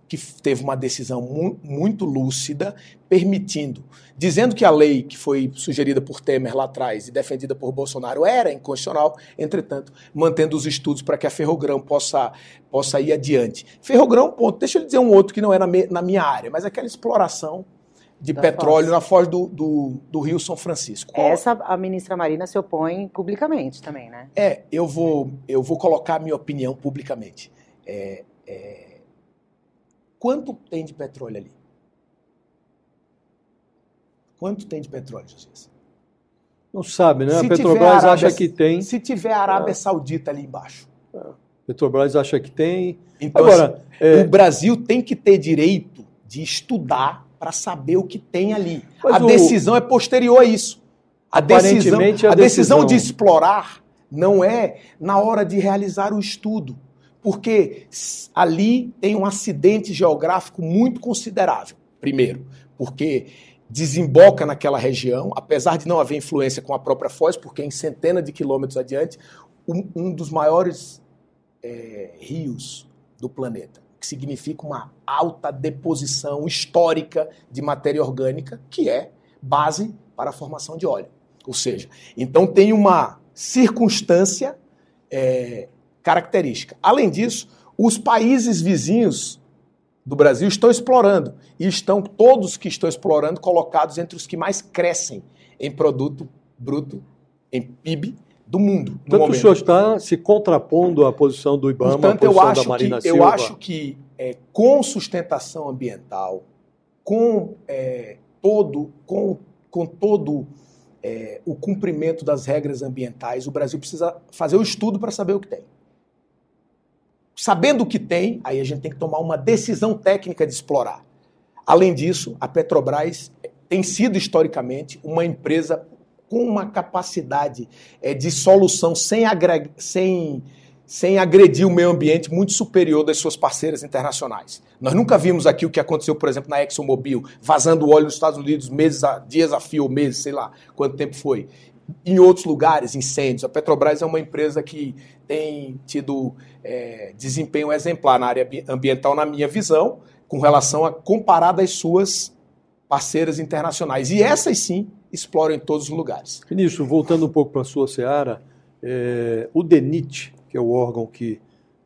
que teve uma decisão muito lúcida, dizendo que a lei que foi sugerida por Temer lá atrás e defendida por Bolsonaro era inconstitucional, entretanto, mantendo os estudos para que a Ferrogrão possa ir adiante. Ferrogrão, ponto. Deixa eu dizer um outro que não é na minha área, mas aquela exploração de petróleo na foz do Rio São Francisco. Essa a ministra Marina se opõe publicamente também, né? Eu vou colocar a minha opinião publicamente. Quanto tem de petróleo ali? Quanto tem de petróleo, Josias? Não sabe, né? A Petrobras acha que tem. Se tiver a Arábia Saudita ali embaixo. Petrobras acha que tem. Então, agora, o Brasil tem que ter direito de estudar para saber o que tem ali. A decisão é posterior a isso. A decisão de explorar não é na hora de realizar o estudo, porque ali tem um acidente geográfico muito considerável. Primeiro, porque desemboca naquela região, apesar de não haver influência com a própria foz, porque em centenas de quilômetros adiante, um dos maiores rios do planeta, que significa uma alta deposição histórica de matéria orgânica, que é base para a formação de óleo. Ou seja, então tem uma circunstância característica. Além disso, os países vizinhos do Brasil estão explorando, e todos que estão explorando colocados entre os que mais crescem em produto bruto, em PIB, do mundo. Portanto, o senhor está se contrapondo à posição do IBAMA, portanto, à posição da Marina Silva? Eu acho que com sustentação ambiental, com todo o cumprimento das regras ambientais, o Brasil precisa fazer o estudo para saber o que tem. Sabendo o que tem, aí a gente tem que tomar uma decisão técnica de explorar. Além disso, a Petrobras tem sido historicamente uma empresa com uma capacidade de solução sem agredir o meio ambiente muito superior das suas parceiras internacionais. Nós nunca vimos aqui o que aconteceu, por exemplo, na ExxonMobil, vazando óleo nos Estados Unidos dias a fio, meses, sei lá quanto tempo foi. Em outros lugares, incêndios. A Petrobras é uma empresa que tem tido desempenho exemplar na área ambiental, na minha visão, com relação a comparar das suas parceiras internacionais. E essas, sim, exploram em todos os lugares. Ministro, voltando um pouco para a sua seara, o DENIT, que é o órgão que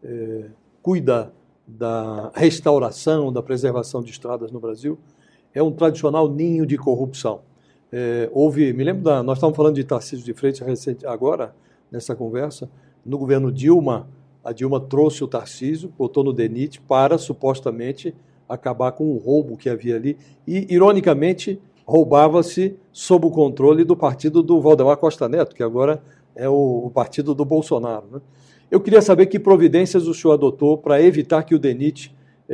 cuida da restauração, da preservação de estradas no Brasil, é um tradicional ninho de corrupção. Me lembro nós estávamos falando de Tarcísio de Freitas recente, agora, nessa conversa, no governo Dilma, a Dilma trouxe o Tarcísio, botou no DENIT para, supostamente, acabar com o roubo que havia ali, e, ironicamente, roubava-se sob o controle do partido do Valdemar Costa Neto, que agora é o partido do Bolsonaro, né? Eu queria saber que providências o senhor adotou para evitar que o DENIT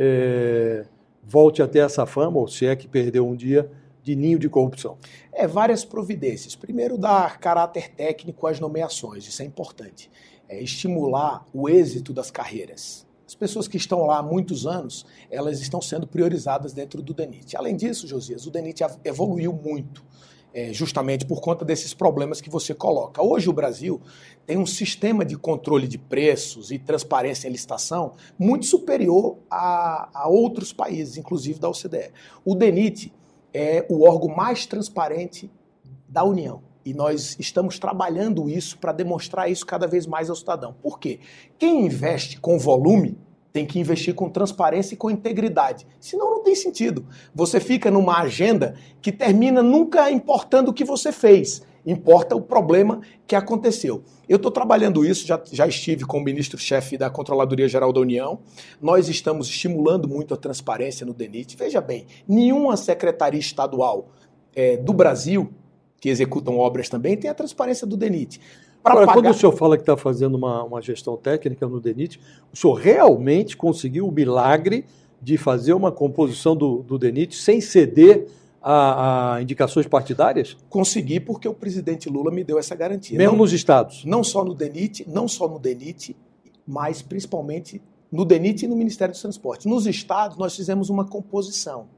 volte a ter essa fama, ou se é que perdeu um dia, de ninho de corrupção. Várias providências. Primeiro, dar caráter técnico às nomeações, isso é importante. Estimular o êxito das carreiras. As pessoas que estão lá há muitos anos, elas estão sendo priorizadas dentro do DENIT. Além disso, Josias, o DENIT evoluiu muito, justamente por conta desses problemas que você coloca. Hoje o Brasil tem um sistema de controle de preços e transparência em licitação muito superior a outros países, inclusive da OCDE. O DENIT é o órgão mais transparente da União. E nós estamos trabalhando isso para demonstrar isso cada vez mais ao cidadão. Por quê? Quem investe com volume tem que investir com transparência e com integridade. Senão não tem sentido. Você fica numa agenda que termina nunca importando o que você fez. Importa o problema que aconteceu. Eu estou trabalhando isso, já estive com o ministro-chefe da Controladoria Geral da União. Nós estamos estimulando muito a transparência no DENIT. Veja bem, nenhuma secretaria estadual do Brasil, que executam obras também, tem a transparência do DENIT. Agora, quando o senhor fala que está fazendo uma gestão técnica no DENIT, o senhor realmente conseguiu o milagre de fazer uma composição do DENIT sem ceder a indicações partidárias? Consegui porque o presidente Lula me deu essa garantia. Mesmo nos estados? Não só no DENIT, mas principalmente no DENIT e no Ministério dos Transportes. Nos estados, nós fizemos uma composição.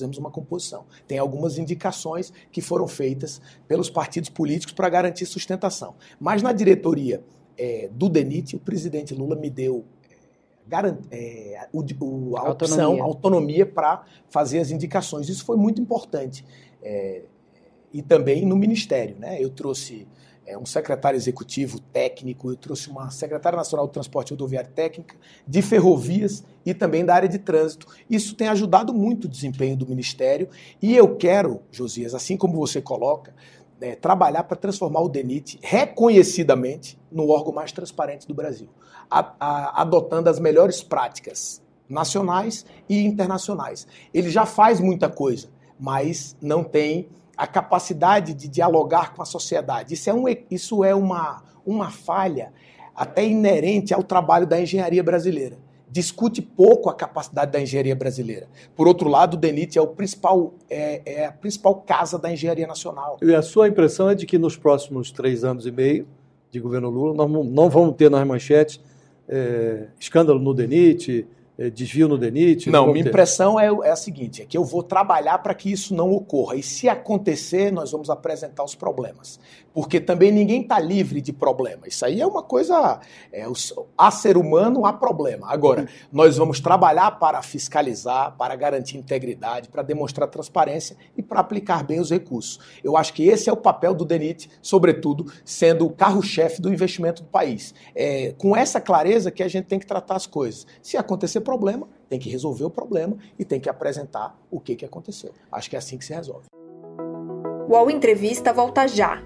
Tem algumas indicações que foram feitas pelos partidos políticos para garantir sustentação. Mas na diretoria do DENIT, o presidente Lula me deu a autonomia para fazer as indicações. Isso foi muito importante. E também no Ministério, né? Eu trouxe um secretário executivo técnico, eu trouxe uma secretária nacional de transporte rodoviário técnica, de ferrovias e também da área de trânsito. Isso tem ajudado muito o desempenho do Ministério e eu quero, Josias, assim como você coloca, trabalhar para transformar o DENIT reconhecidamente no órgão mais transparente do Brasil, adotando as melhores práticas nacionais e internacionais. Ele já faz muita coisa, mas não tem a capacidade de dialogar com a sociedade. Isso é uma falha até inerente ao trabalho da engenharia brasileira. Discute pouco a capacidade da engenharia brasileira. Por outro lado, o DENIT é a principal casa da engenharia nacional. E a sua impressão é de que nos próximos 3 anos e meio de governo Lula, nós não vamos ter nas manchetes escândalo no DENIT, desvio no DENIT? Não, minha impressão é a seguinte, é que eu vou trabalhar para que isso não ocorra. E se acontecer, nós vamos apresentar os problemas. Porque também ninguém está livre de problema. Isso aí é uma coisa... há ser humano, há problema. Agora, nós vamos trabalhar para fiscalizar, para garantir integridade, para demonstrar transparência e para aplicar bem os recursos. Eu acho que esse é o papel do DENIT, sobretudo sendo o carro-chefe do investimento do país. Com essa clareza que a gente tem que tratar as coisas. Se acontecer problema, tem que resolver o problema e tem que apresentar o que aconteceu. Acho que é assim que se resolve. O UOL Entrevista volta já.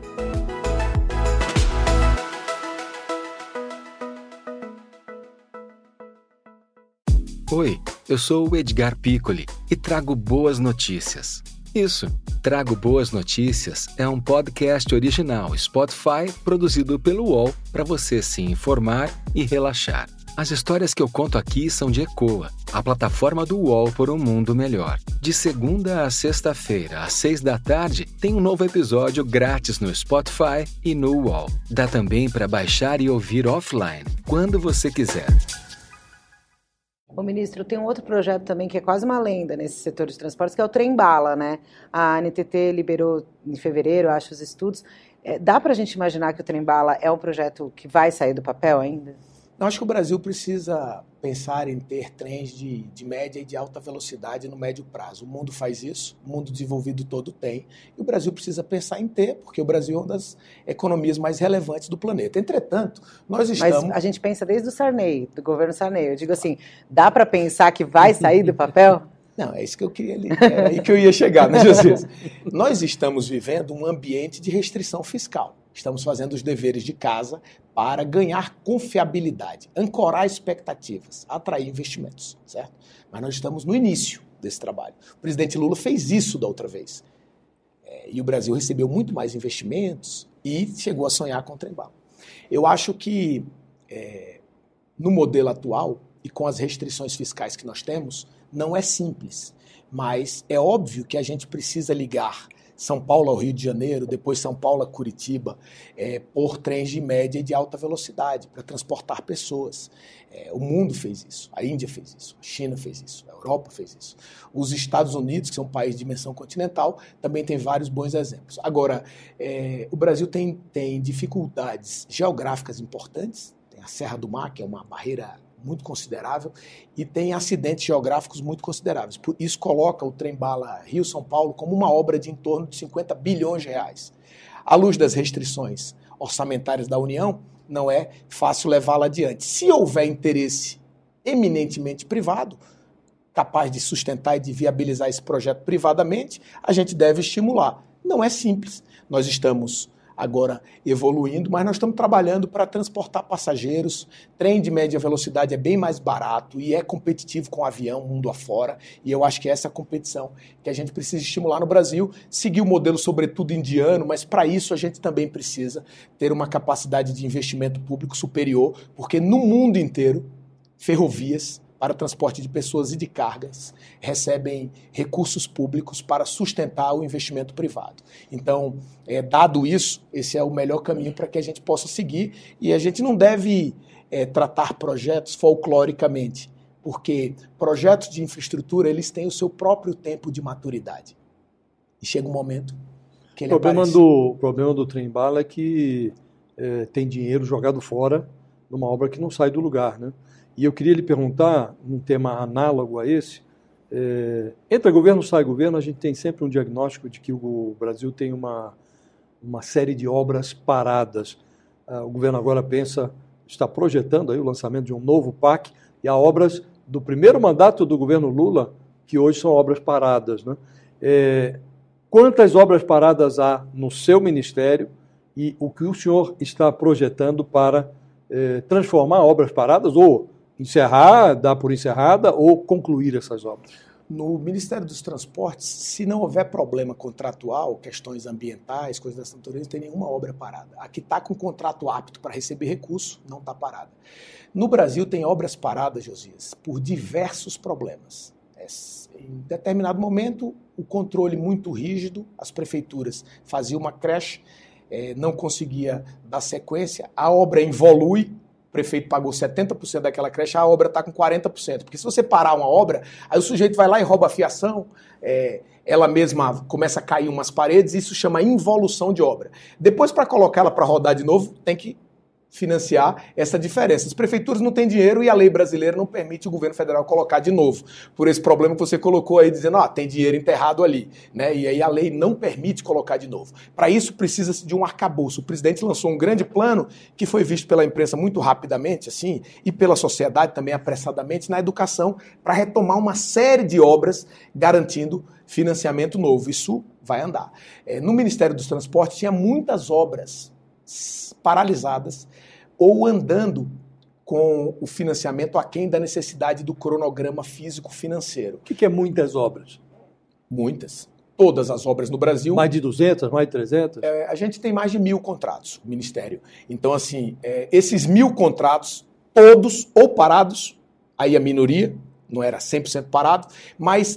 Oi, eu sou o Edgar Piccoli e trago boas notícias. Isso, Trago Boas Notícias é um podcast original Spotify produzido pelo UOL para você se informar e relaxar. As histórias que eu conto aqui são de Ecoa, a plataforma do UOL por um mundo melhor. De segunda a sexta-feira, às 18h, tem um novo episódio grátis no Spotify e no UOL. Dá também para baixar e ouvir offline, quando você quiser. Ô, ministro, tem um outro projeto também que é quase uma lenda nesse setor de transportes, que é o Trem-Bala, né? A ANTT liberou em fevereiro, acho, os estudos. Dá para a gente imaginar que o Trem-Bala é um projeto que vai sair do papel ainda? Eu acho que o Brasil precisa pensar em ter trens de média e de alta velocidade no médio prazo. O mundo faz isso, o mundo desenvolvido todo tem, e o Brasil precisa pensar em ter, porque o Brasil é uma das economias mais relevantes do planeta. Entretanto, nós estamos... Mas a gente pensa desde o Sarney, do governo Sarney. Eu digo assim, dá para pensar que vai sair do papel? Não, é isso que eu queria ali, é aí que eu ia chegar, né, Jesus? Nós estamos vivendo um ambiente de restrição fiscal. Estamos fazendo os deveres de casa para ganhar confiabilidade, ancorar expectativas, atrair investimentos, certo? Mas nós estamos no início desse trabalho. O presidente Lula fez isso da outra vez. E o Brasil recebeu muito mais investimentos e chegou a sonhar com o Trem-Bala. Eu acho que no modelo atual e com as restrições fiscais que nós temos, não é simples, mas é óbvio que a gente precisa ligar São Paulo ao Rio de Janeiro, depois São Paulo a Curitiba, por trens de média e de alta velocidade, para transportar pessoas. O mundo fez isso, a Índia fez isso, a China fez isso, a Europa fez isso. Os Estados Unidos, que são um país de dimensão continental, também tem vários bons exemplos. Agora, o Brasil tem dificuldades geográficas importantes, tem a Serra do Mar, que é uma barreira muito considerável, e tem acidentes geográficos muito consideráveis. Por isso coloca o Trem-Bala Rio-São Paulo como uma obra de em torno de 50 bilhões de reais. À luz das restrições orçamentárias da União, não é fácil levá-la adiante. Se houver interesse eminentemente privado, capaz de sustentar e de viabilizar esse projeto privadamente, a gente deve estimular. Não é simples. Nós estamos agora evoluindo, mas nós estamos trabalhando para transportar passageiros. Trem de média velocidade é bem mais barato e é competitivo com o avião mundo afora, e eu acho que essa é a competição que a gente precisa estimular no Brasil, seguir o modelo sobretudo indiano, mas para isso a gente também precisa ter uma capacidade de investimento público superior, porque no mundo inteiro, ferrovias para transporte de pessoas e de cargas recebem recursos públicos para sustentar o investimento privado. Então, dado isso, esse é o melhor caminho para que a gente possa seguir, e a gente não deve tratar projetos folcloricamente, porque projetos de infraestrutura eles têm o seu próprio tempo de maturidade. E chega um momento que ele aparece. O problema do Trem-Bala é que tem dinheiro jogado fora numa obra que não sai do lugar, né? E eu queria lhe perguntar, num tema análogo a esse, entra governo, sai governo, a gente tem sempre um diagnóstico de que o Brasil tem uma série de obras paradas. O governo agora está projetando aí o lançamento de um novo PAC, e há obras do primeiro mandato do governo Lula, que hoje são obras paradas, né? Quantas obras paradas há no seu ministério e o que o senhor está projetando para transformar obras paradas, ou encerrar, dar por encerrada, ou concluir essas obras? No Ministério dos Transportes, se não houver problema contratual, questões ambientais, coisas dessa natureza, não tem nenhuma obra parada. A que está com contrato apto para receber recurso, não está parada. No Brasil tem obras paradas, Josias, por diversos problemas. Em determinado momento, o controle muito rígido, as prefeituras faziam uma creche, não conseguia dar sequência, a obra evolui, o prefeito pagou 70% daquela creche, a obra está com 40%. Porque se você parar uma obra, aí o sujeito vai lá e rouba a fiação, ela mesma começa a cair umas paredes, isso chama involução de obra. Depois, para colocar ela para rodar de novo, tem que financiar essa diferença. As prefeituras não têm dinheiro e a lei brasileira não permite o governo federal colocar de novo. Por esse problema que você colocou aí, dizendo, tem dinheiro enterrado ali, né? E aí a lei não permite colocar de novo. Para isso precisa-se de um arcabouço. O presidente lançou um grande plano que foi visto pela imprensa muito rapidamente, assim, e pela sociedade também apressadamente, na educação, para retomar uma série de obras garantindo financiamento novo. Isso vai andar. No Ministério dos Transportes tinha muitas obras paralisadas ou andando com o financiamento aquém da necessidade do cronograma físico-financeiro. O que é muitas obras? Muitas. Todas as obras no Brasil. Mais de 200, mais de 300? A gente tem mais de 1.000 contratos, o Ministério. Então, assim, esses 1.000 contratos, todos ou parados, aí a minoria, não era 100% parado, mas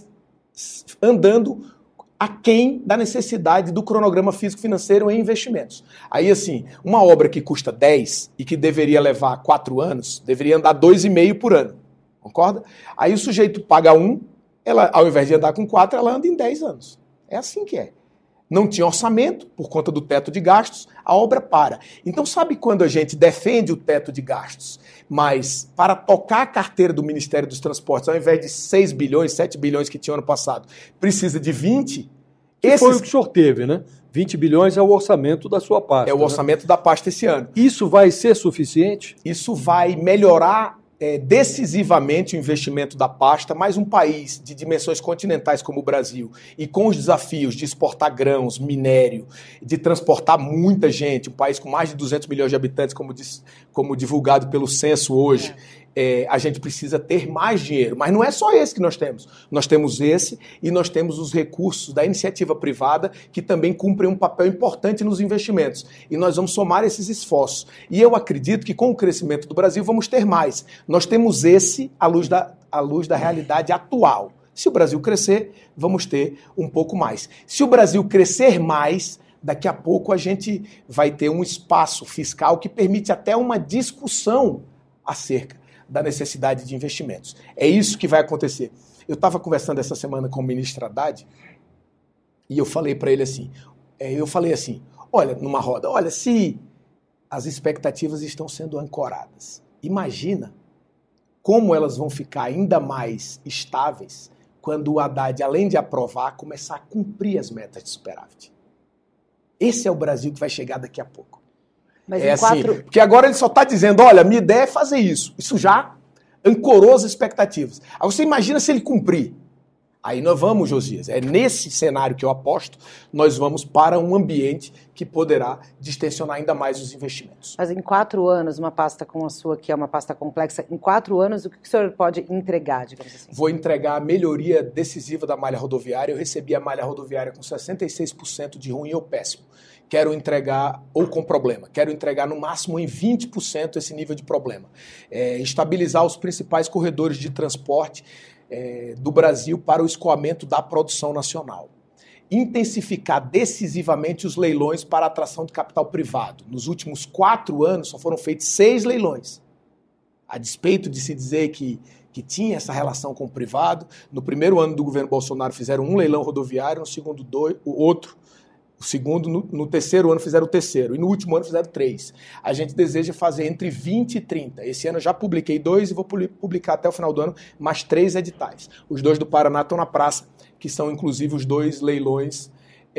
andando aquém da necessidade do cronograma físico-financeiro em investimentos. Aí, assim, uma obra que custa 10 e que deveria levar 4 anos, deveria andar 2,5 por ano, concorda? Aí o sujeito paga 1, ela, ao invés de andar com 4, ela anda em 10 anos. É assim que é. Não tinha orçamento, por conta do teto de gastos, a obra para. Então, sabe quando a gente defende o teto de gastos, mas para tocar a carteira do Ministério dos Transportes, ao invés de 6 bilhões, 7 bilhões que tinha ano passado, precisa de 20? Foi o que o senhor teve, né? 20 bilhões é o orçamento da sua pasta. É o orçamento da pasta esse ano. Isso vai ser suficiente? Isso vai melhorar decisivamente o investimento da pasta, mas um país de dimensões continentais como o Brasil e com os desafios de exportar grãos, minério, de transportar muita gente, um país com mais de 200 milhões de habitantes, como divulgado pelo censo hoje, a gente precisa ter mais dinheiro. Mas não é só esse que nós temos. Nós temos esse e nós temos os recursos da iniciativa privada que também cumprem um papel importante nos investimentos. E nós vamos somar esses esforços. E eu acredito que com o crescimento do Brasil vamos ter mais. Nós temos esse à luz da realidade atual. Se o Brasil crescer, vamos ter um pouco mais. Se o Brasil crescer mais, daqui a pouco a gente vai ter um espaço fiscal que permite até uma discussão acerca da necessidade de investimentos. É isso que vai acontecer. Eu estava conversando essa semana com o ministro Haddad e eu falei para ele assim, olha, numa roda, olha, se as expectativas estão sendo ancoradas, imagina como elas vão ficar ainda mais estáveis quando o Haddad, além de aprovar, começar a cumprir as metas de superávit. Esse é o Brasil que vai chegar daqui a pouco. Mas porque agora ele só está dizendo, olha, minha ideia é fazer isso. Isso já ancorou as expectativas. Aí você imagina se ele cumprir. Aí nós vamos, Josias, nesse cenário que eu aposto, nós vamos para um ambiente que poderá distensionar ainda mais os investimentos. Mas em 4 anos, uma pasta como a sua, que é uma pasta complexa, em 4 anos, o que o senhor pode entregar, digamos assim? Vou entregar a melhoria decisiva da malha rodoviária. Eu recebi a malha rodoviária com 66% de ruim ou péssimo. Quero entregar, ou com problema, quero entregar no máximo em 20% esse nível de problema. Estabilizar os principais corredores de transporte do Brasil para o escoamento da produção nacional. Intensificar decisivamente os leilões para a atração de capital privado. Nos últimos 4 anos só foram feitos 6 leilões. A despeito de se dizer que tinha essa relação com o privado, no primeiro ano do governo Bolsonaro fizeram 1 leilão rodoviário, no segundo outro, O segundo, no terceiro ano fizeram o terceiro, e no último ano fizeram 3. A gente deseja fazer entre 20 e 30. Esse ano eu já publiquei 2 e vou publicar até o final do ano mais 3 editais. Os 2 do Paraná estão na praça, que são inclusive os 2 leilões,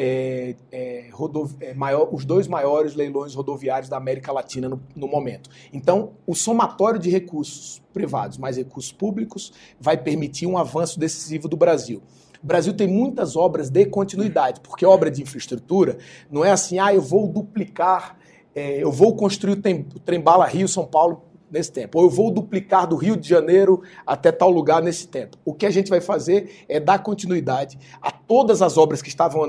os 2 maiores leilões rodoviários da América Latina no momento. Então, o somatório de recursos privados mais recursos públicos vai permitir um avanço decisivo do Brasil. O Brasil tem muitas obras de continuidade, porque obra de infraestrutura não é assim, eu vou duplicar, eu vou construir o trem-bala Rio-São Paulo nesse tempo, ou eu vou duplicar do Rio de Janeiro até tal lugar nesse tempo. O que a gente vai fazer é dar continuidade a todas as obras que estavam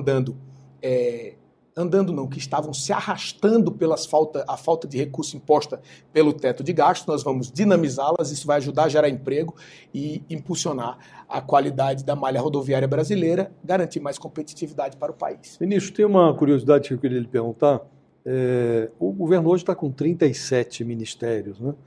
que estavam se arrastando pela falta de recurso imposta pelo teto de gastos. Nós vamos dinamizá-las, isso vai ajudar a gerar emprego e impulsionar a qualidade da malha rodoviária brasileira, garantir mais competitividade para o país. Ministro, tem uma curiosidade que eu queria lhe perguntar. O governo hoje está com 37 ministérios, né?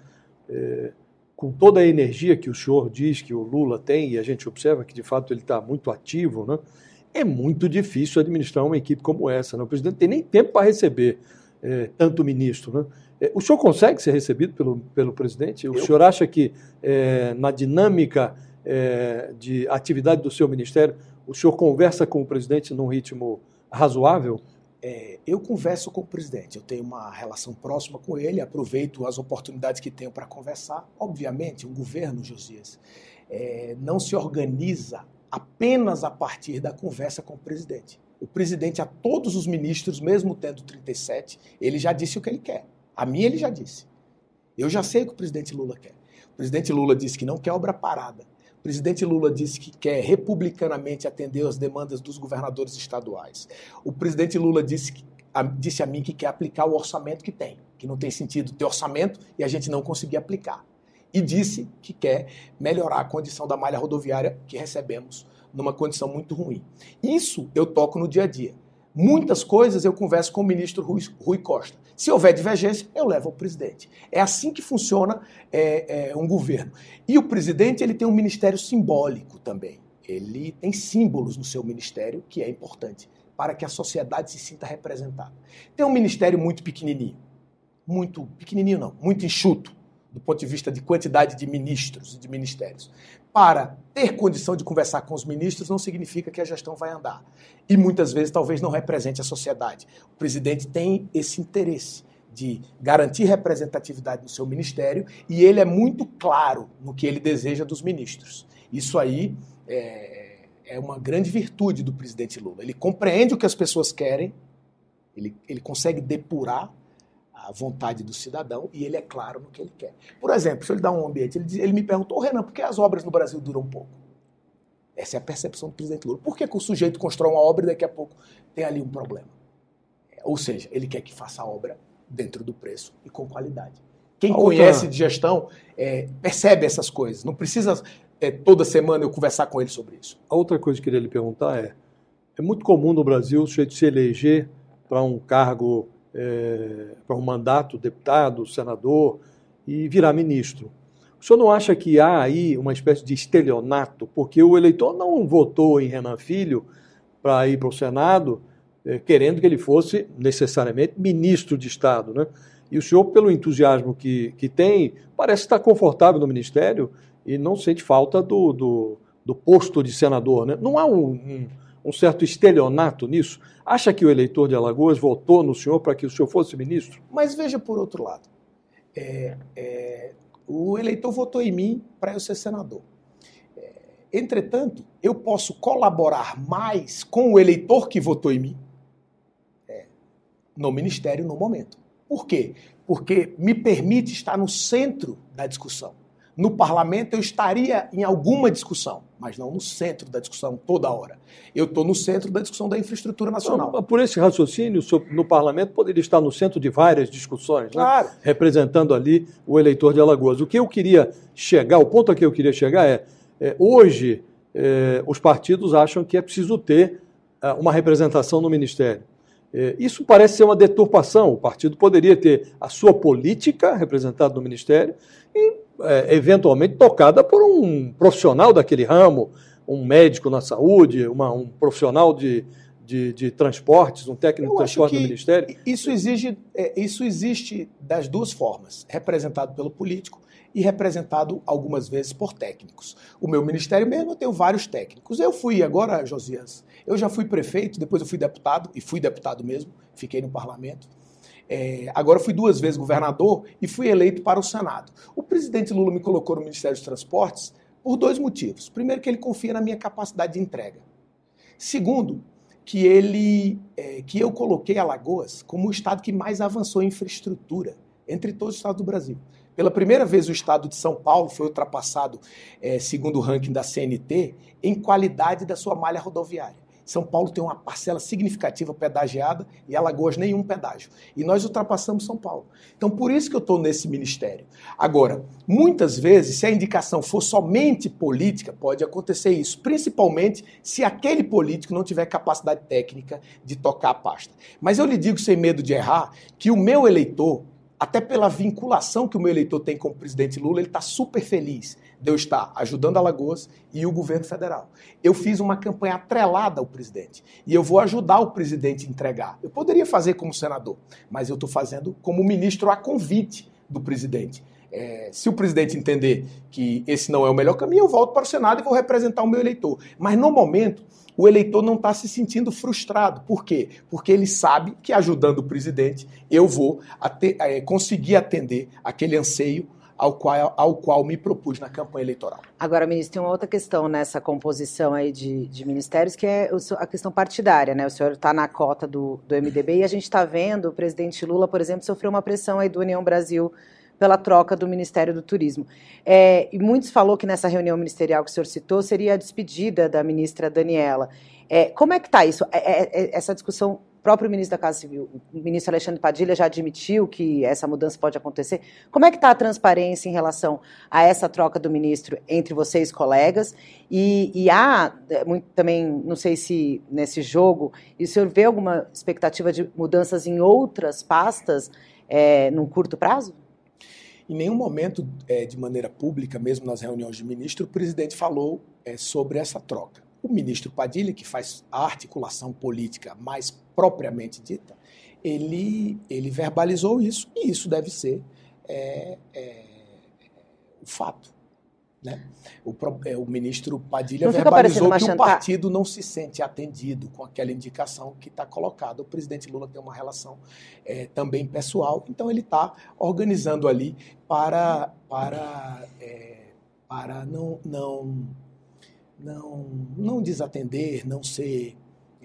Com toda a energia que o senhor diz que o Lula tem, e a gente observa que de fato ele está muito ativo, né? É muito difícil administrar uma equipe como essa, né? O presidente não tem nem tempo para receber tanto ministro, né? O senhor consegue ser recebido pelo presidente? O senhor acha que na dinâmica de atividade do seu ministério, o senhor conversa com o presidente num ritmo razoável? Eu converso com o presidente, eu tenho uma relação próxima com ele, aproveito as oportunidades que tenho para conversar. Obviamente, um governo, Josias, não se organiza apenas a partir da conversa com o presidente. O presidente, a todos os ministros, mesmo tendo 37, ele já disse o que ele quer. A mim ele já disse. Eu já sei o que o presidente Lula quer. O presidente Lula disse que não quer obra parada. O presidente Lula disse que quer republicanamente atender as demandas dos governadores estaduais. O presidente Lula disse a mim que quer aplicar o orçamento que tem, que não tem sentido ter orçamento e a gente não conseguir aplicar. E disse que quer melhorar a condição da malha rodoviária que recebemos numa condição muito ruim. Isso eu toco no dia a dia. Muitas coisas eu converso com o ministro Rui Costa. Se houver divergência, eu levo ao presidente. É assim que funciona um governo. E o presidente ele tem um ministério simbólico também. Ele tem símbolos no seu ministério, que é importante, para que a sociedade se sinta representada. Tem um ministério muito pequenininho. Muito pequenininho não, muito enxuto, do ponto de vista de quantidade de ministros e de ministérios. Para ter condição de conversar com os ministros não significa que a gestão vai andar. E muitas vezes talvez não represente a sociedade. O presidente tem esse interesse de garantir representatividade no seu ministério e ele é muito claro no que ele deseja dos ministros. Isso aí é uma grande virtude do presidente Lula. Ele compreende o que as pessoas querem, ele consegue depurar a vontade do cidadão e ele é claro no que ele quer. Por exemplo, se eu lhe dar um ambiente, ele me perguntou, Renan, por que as obras no Brasil duram pouco? Essa é a percepção do presidente Lula. Por que o sujeito constrói uma obra e daqui a pouco tem ali um problema? Ou seja, ele quer que faça a obra dentro do preço e com qualidade. Quem conhece de gestão percebe essas coisas. Não precisa toda semana eu conversar com ele sobre isso. A outra coisa que eu queria lhe perguntar é muito comum no Brasil o sujeito se eleger para um cargo, para um mandato, deputado, senador, e virar ministro. O senhor não acha que há aí uma espécie de estelionato, porque o eleitor não votou em Renan Filho para ir para o Senado querendo que ele fosse necessariamente ministro de Estado, né? E o senhor, pelo entusiasmo que tem, parece estar confortável no ministério e não sente falta do posto de senador, né? Não há um certo estelionato nisso? Acha que o eleitor de Alagoas votou no senhor para que o senhor fosse ministro? Mas veja por outro lado. O eleitor votou em mim para eu ser senador. Entretanto, eu posso colaborar mais com o eleitor que votou em mim no ministério no momento. Por quê? Porque me permite estar no centro da discussão. No parlamento eu estaria em alguma discussão, mas não no centro da discussão toda hora. Eu estou no centro da discussão da infraestrutura nacional. Então, por esse raciocínio, no parlamento poderia estar no centro de várias discussões, claro, né? Representando ali o eleitor de Alagoas. O que eu queria chegar, o ponto a que eu queria chegar hoje os partidos acham que é preciso ter uma representação no ministério. Isso parece ser uma deturpação. O partido poderia ter a sua política representada no ministério e, eventualmente, tocada por um profissional daquele ramo, um médico na saúde, um profissional de de transportes, um técnico de transporte no Ministério? Isso existe das duas formas, representado pelo político e representado algumas vezes por técnicos. O meu ministério mesmo, eu tenho vários técnicos. Eu fui agora, Josias, eu já fui prefeito, depois eu fui deputado, e fui deputado mesmo, fiquei no parlamento. Agora fui 2 vezes governador e fui eleito para o Senado. O presidente Lula me colocou no Ministério dos Transportes por 2 motivos. Primeiro, que ele confia na minha capacidade de entrega. Segundo, que eu coloquei Alagoas como o estado que mais avançou em infraestrutura entre todos os estados do Brasil. Pela primeira vez, o estado de São Paulo foi ultrapassado, segundo o ranking da CNT, em qualidade da sua malha rodoviária. São Paulo tem uma parcela significativa pedagiada e Alagoas nenhum pedágio. E nós ultrapassamos São Paulo. Então, por isso que eu estou nesse ministério. Agora, muitas vezes, se a indicação for somente política, pode acontecer isso, principalmente se aquele político não tiver capacidade técnica de tocar a pasta. Mas eu lhe digo, sem medo de errar, que o meu eleitor, até pela vinculação que o meu eleitor tem com o presidente Lula, ele está super feliz de eu estar ajudando Alagoas e o governo federal. Eu fiz uma campanha atrelada ao presidente e eu vou ajudar o presidente a entregar. Eu poderia fazer como senador, mas eu estou fazendo como ministro a convite do presidente. Se o presidente entender que esse não é o melhor caminho, eu volto para o Senado e vou representar o meu eleitor. Mas no momento, o eleitor não está se sentindo frustrado. Por quê? Porque ele sabe que ajudando o presidente, eu vou conseguir atender aquele anseio ao qual me propus na campanha eleitoral. Agora, ministro, tem uma outra questão nessa composição aí de ministérios, que é a questão partidária, né? O senhor está na cota do MDB e a gente está vendo o presidente Lula, por exemplo, sofreu uma pressão aí do União Brasil pela troca do Ministério do Turismo. E muitos falou que nessa reunião ministerial que o senhor citou seria a despedida da ministra Daniela. Como é que está isso? Essa discussão, o próprio ministro da Casa Civil, o ministro Alexandre Padilha, já admitiu que essa mudança pode acontecer. Como é que está a transparência em relação a essa troca do ministro entre vocês, colegas? E há também, não sei se nesse jogo, e o senhor vê alguma expectativa de mudanças em outras pastas num curto prazo? Em nenhum momento, de maneira pública, mesmo nas reuniões de ministro, o presidente falou sobre essa troca. O ministro Padilha, que faz a articulação política mais propriamente dita, ele verbalizou isso, e isso deve ser o fato. Né? O ministro Padilha verbalizou que o partido não se sente atendido com aquela indicação que está colocada. O presidente Lula tem uma relação também pessoal, então ele está organizando ali para não desatender, não ser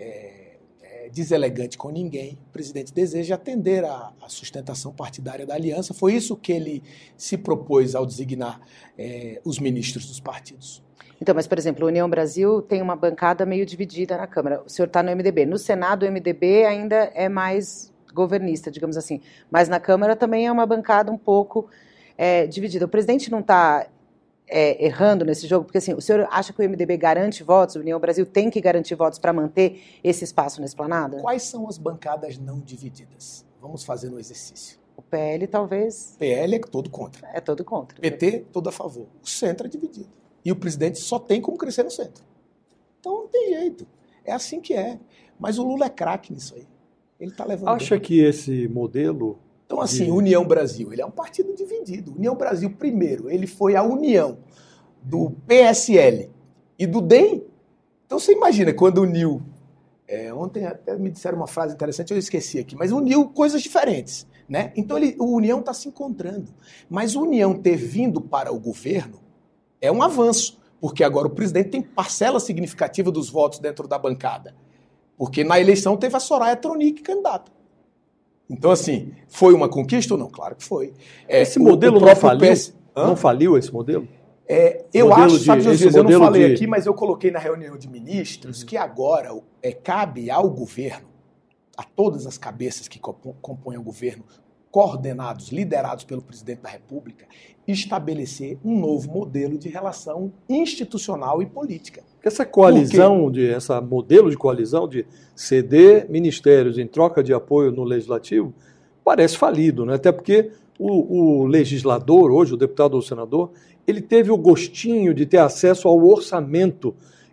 deselegante com ninguém. O presidente deseja atender à sustentação partidária da aliança. Foi isso que ele se propôs ao designar os ministros dos partidos. Então, mas, por exemplo, a União Brasil tem uma bancada meio dividida na Câmara. O senhor está no MDB. No Senado, o MDB ainda é mais governista, digamos assim. Mas na Câmara também é uma bancada um pouco dividida. O presidente não está errando nesse jogo? Porque, assim, o senhor acha que o MDB garante votos? A União Brasil tem que garantir votos para manter esse espaço na esplanada? Quais são as bancadas não divididas? Vamos fazer um exercício. O PL, talvez... PL é todo contra. É todo contra. PT, todo a favor. O centro é dividido. E o presidente só tem como crescer no centro. Então não tem jeito. É assim que é. Mas o Lula é craque nisso aí. Ele está levando... Acha que esse modelo... Então, assim, União Brasil, ele é um partido dividido. União Brasil, primeiro, ele foi a união do PSL e do DEM. Então, você imagina, quando uniu... ontem até me disseram uma frase interessante, eu esqueci aqui, mas uniu coisas diferentes, né? Então, o União está se encontrando. Mas o União ter vindo para o governo é um avanço, porque agora o presidente tem parcela significativa dos votos dentro da bancada. Porque na eleição teve a Soraya Tronic candidata. Então, assim, foi uma conquista ou não? Claro que foi. Esse modelo não faliu? Não faliu esse modelo? Eu acho, sabe, Josias, eu não falei aqui, mas eu coloquei na reunião de ministros que agora cabe ao governo, a todas as cabeças que compõem o governo, coordenados, liderados pelo presidente da República, estabelecer um novo modelo de relação institucional e política. Essa coalizão, esse modelo de coalizão de ceder ministérios em troca de apoio no legislativo parece falido, né? Até porque o legislador, hoje o deputado ou o senador, ele teve o gostinho de ter acesso ao orçamento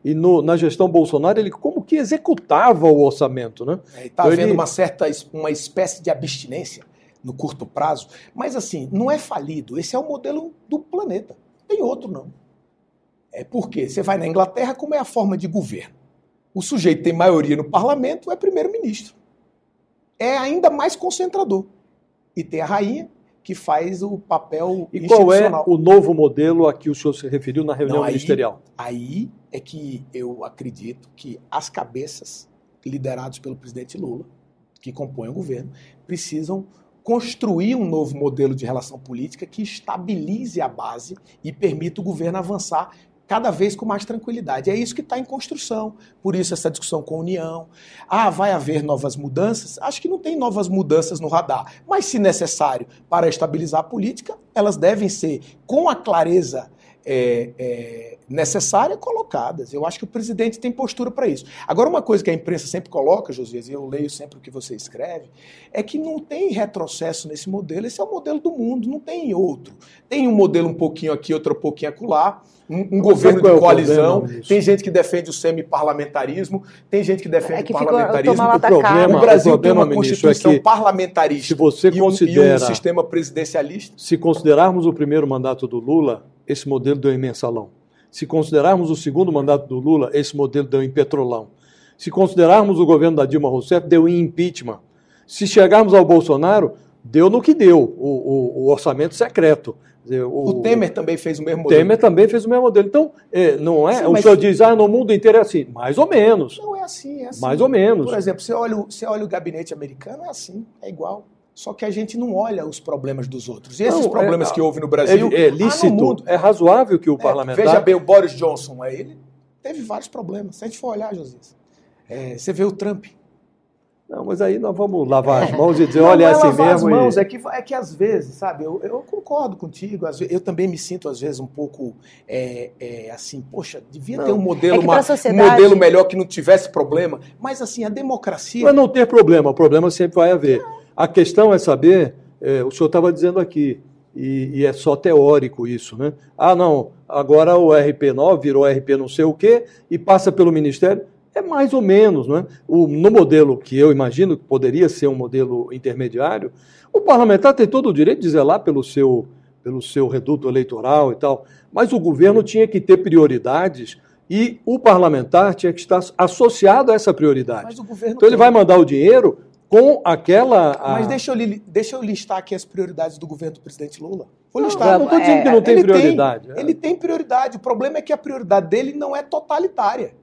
E na gestão Bolsonaro, ele como que executava o orçamento, né? Está havendo uma espécie de abstinência no curto prazo, mas assim, não é falido, esse é o modelo do planeta, tem outro não. Porque você vai na Inglaterra, como é a forma de governo? O sujeito tem maioria no parlamento, é primeiro-ministro. É ainda mais concentrador. E tem a rainha, que faz o papel institucional. E qual é o novo modelo a que o senhor se referiu na reunião ministerial? Aí é que eu acredito que as cabeças lideradas pelo presidente Lula, que compõem o governo, precisam construir um novo modelo de relação política que estabilize a base e permita o governo avançar cada vez com mais tranquilidade. É isso que está em construção. Por isso essa discussão com a União. Vai haver novas mudanças? Acho que não tem novas mudanças no radar. Mas, se necessário, para estabilizar a política, elas devem ser, com a clareza necessária, colocadas. Eu acho que o presidente tem postura para isso. Agora, uma coisa que a imprensa sempre coloca, Josias, e eu leio sempre o que você escreve, é que não tem retrocesso nesse modelo. Esse é o modelo do mundo, não tem outro. Tem um modelo um pouquinho aqui, outro um pouquinho acolá, um governo de coalizão, tem gente que defende o semiparlamentarismo, tem gente que defende o parlamentarismo. O Brasil tem uma constituição parlamentarista se você considera, e um sistema presidencialista. Se considerarmos o primeiro mandato do Lula, esse modelo deu em mensalão. Se considerarmos o segundo mandato do Lula, esse modelo deu em petrolão. Se considerarmos o governo da Dilma Rousseff, deu em impeachment. Se chegarmos ao Bolsonaro, deu no que deu, o orçamento secreto. O Temer também fez o mesmo modelo. Temer também fez o mesmo modelo. Então, não é. Sim, o senhor diz, no mundo inteiro é assim. Mais ou menos. Não é assim, é assim. Mais ou menos. Por exemplo, você olha o gabinete americano, é assim, é igual. Só que a gente não olha os problemas dos outros. E esses problemas que houve no Brasil. É lícito. No mundo, é razoável que o parlamentar. Veja bem, o Boris Johnson, ele teve vários problemas. Se a gente for olhar, Josias, você vê o Trump. Não, mas aí nós vamos lavar as mãos e dizer, olha, é assim mesmo. As mãos, é que às vezes, sabe, eu concordo contigo, às vezes, eu também me sinto às vezes um pouco assim, poxa, devia ter um modelo, um modelo melhor que não tivesse problema, mas assim, a democracia... Não é não ter problema, o problema sempre vai haver. A questão é saber, o senhor estava dizendo aqui, e é só teórico isso, né? Não, agora o RP9 virou RP não sei o quê e passa pelo Ministério. É mais ou menos, não é? No modelo que eu imagino que poderia ser um modelo intermediário, o parlamentar tem todo o direito de zelar pelo seu reduto eleitoral e tal, mas o governo tinha que ter prioridades e o parlamentar tinha que estar associado a essa prioridade. Mas o governo então ele vai mandar o dinheiro com aquela... Mas deixa eu listar aqui as prioridades do governo do presidente Lula. Vou listar. Não estou dizendo que não tem prioridade. Ele tem prioridade. O problema é que a prioridade dele não é totalitária.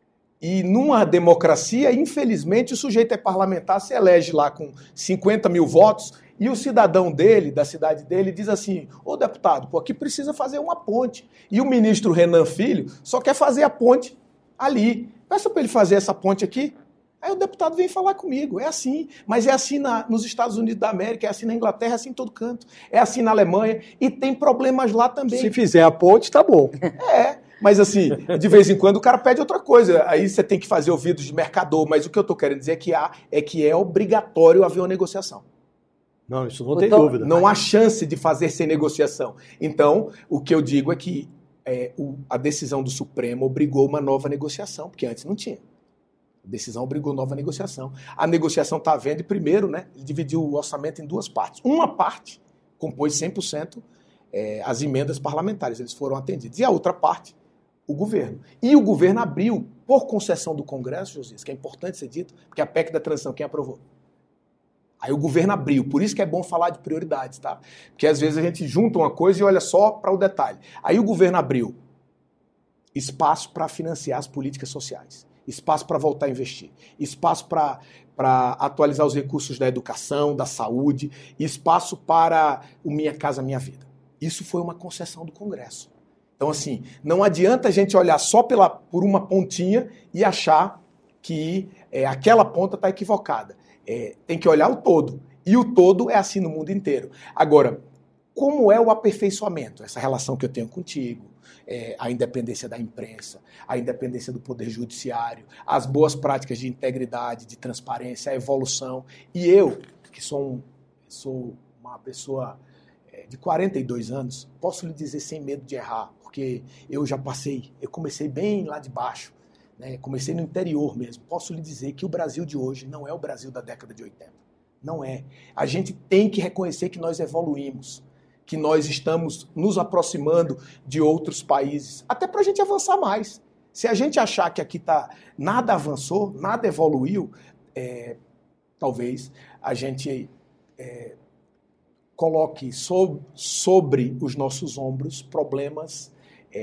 E numa democracia, infelizmente, o sujeito é parlamentar, se elege lá com 50 mil votos, e o cidadão dele, da cidade dele, diz assim, deputado, aqui precisa fazer uma ponte. E o ministro Renan Filho só quer fazer a ponte ali. Peça para ele fazer essa ponte aqui. Aí o deputado vem falar comigo. É assim. Mas é assim nos Estados Unidos da América, é assim na Inglaterra, é assim em todo canto. É assim na Alemanha, e tem problemas lá também. Se fizer a ponte, tá bom. Mas assim, de vez em quando o cara pede outra coisa. Aí você tem que fazer ouvidos de mercador. Mas o que eu estou querendo dizer é que é obrigatório haver uma negociação. Não, isso não tem dúvida. Não há chance de fazer sem negociação. Então, o que eu digo é que a decisão do Supremo obrigou uma nova negociação, porque antes não tinha. A decisão obrigou nova negociação. A negociação está havendo e primeiro, ele dividiu o orçamento em duas partes. Uma parte compôs 100% as emendas parlamentares, eles foram atendidos. E a outra parte, o governo. E o governo abriu, por concessão do Congresso, Josias, que é importante ser dito, porque a PEC da transição, quem aprovou? Aí o governo abriu, por isso que é bom falar de prioridades, tá? Porque às vezes a gente junta uma coisa e olha só para o detalhe. Aí o governo abriu espaço para financiar as políticas sociais, espaço para voltar a investir, espaço para atualizar os recursos da educação, da saúde, espaço para o Minha Casa Minha Vida. Isso foi uma concessão do Congresso. Então, assim, não adianta a gente olhar só por uma pontinha e achar que aquela ponta está equivocada. Tem que olhar o todo. E o todo é assim no mundo inteiro. Agora, como é o aperfeiçoamento? Essa relação que eu tenho contigo, a independência da imprensa, a independência do Poder Judiciário, as boas práticas de integridade, de transparência, a evolução. E eu, que sou uma pessoa de 42 anos, posso lhe dizer sem medo de errar, porque eu já passei, eu comecei bem lá de baixo, né? Comecei no interior mesmo. Posso lhe dizer que o Brasil de hoje não é o Brasil da década de 80. Não é. A gente tem que reconhecer que nós evoluímos, que nós estamos nos aproximando de outros países, até para a gente avançar mais. Se a gente achar que aqui nada avançou, nada evoluiu, talvez a gente coloque sobre os nossos ombros problemas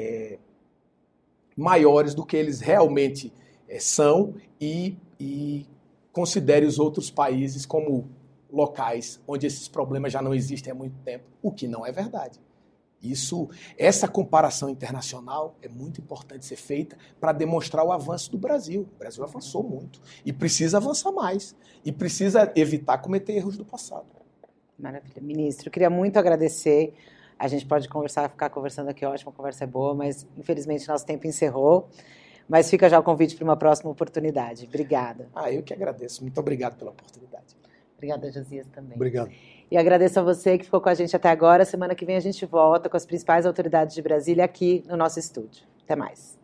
maiores do que eles realmente são e considere os outros países como locais onde esses problemas já não existem há muito tempo, o que não é verdade. Essa comparação internacional é muito importante ser feita para demonstrar o avanço do Brasil. O Brasil avançou muito e precisa avançar mais e precisa evitar cometer erros do passado. Maravilha. Ministro, eu queria muito agradecer. A gente pode ficar conversando aqui, ótimo, a conversa é boa, mas infelizmente nosso tempo encerrou. Mas fica já o convite para uma próxima oportunidade. Obrigada. Eu que agradeço. Muito obrigado pela oportunidade. Obrigada, Josias, também. Obrigado. E agradeço a você que ficou com a gente até agora. Semana que vem a gente volta com as principais autoridades de Brasília aqui no nosso estúdio. Até mais.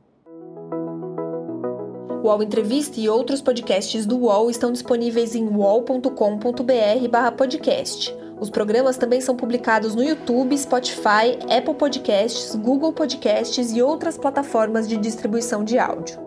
O UOL Entrevista e outros podcasts do UOL estão disponíveis em uol.com.br/podcast. Os programas também são publicados no YouTube, Spotify, Apple Podcasts, Google Podcasts e outras plataformas de distribuição de áudio.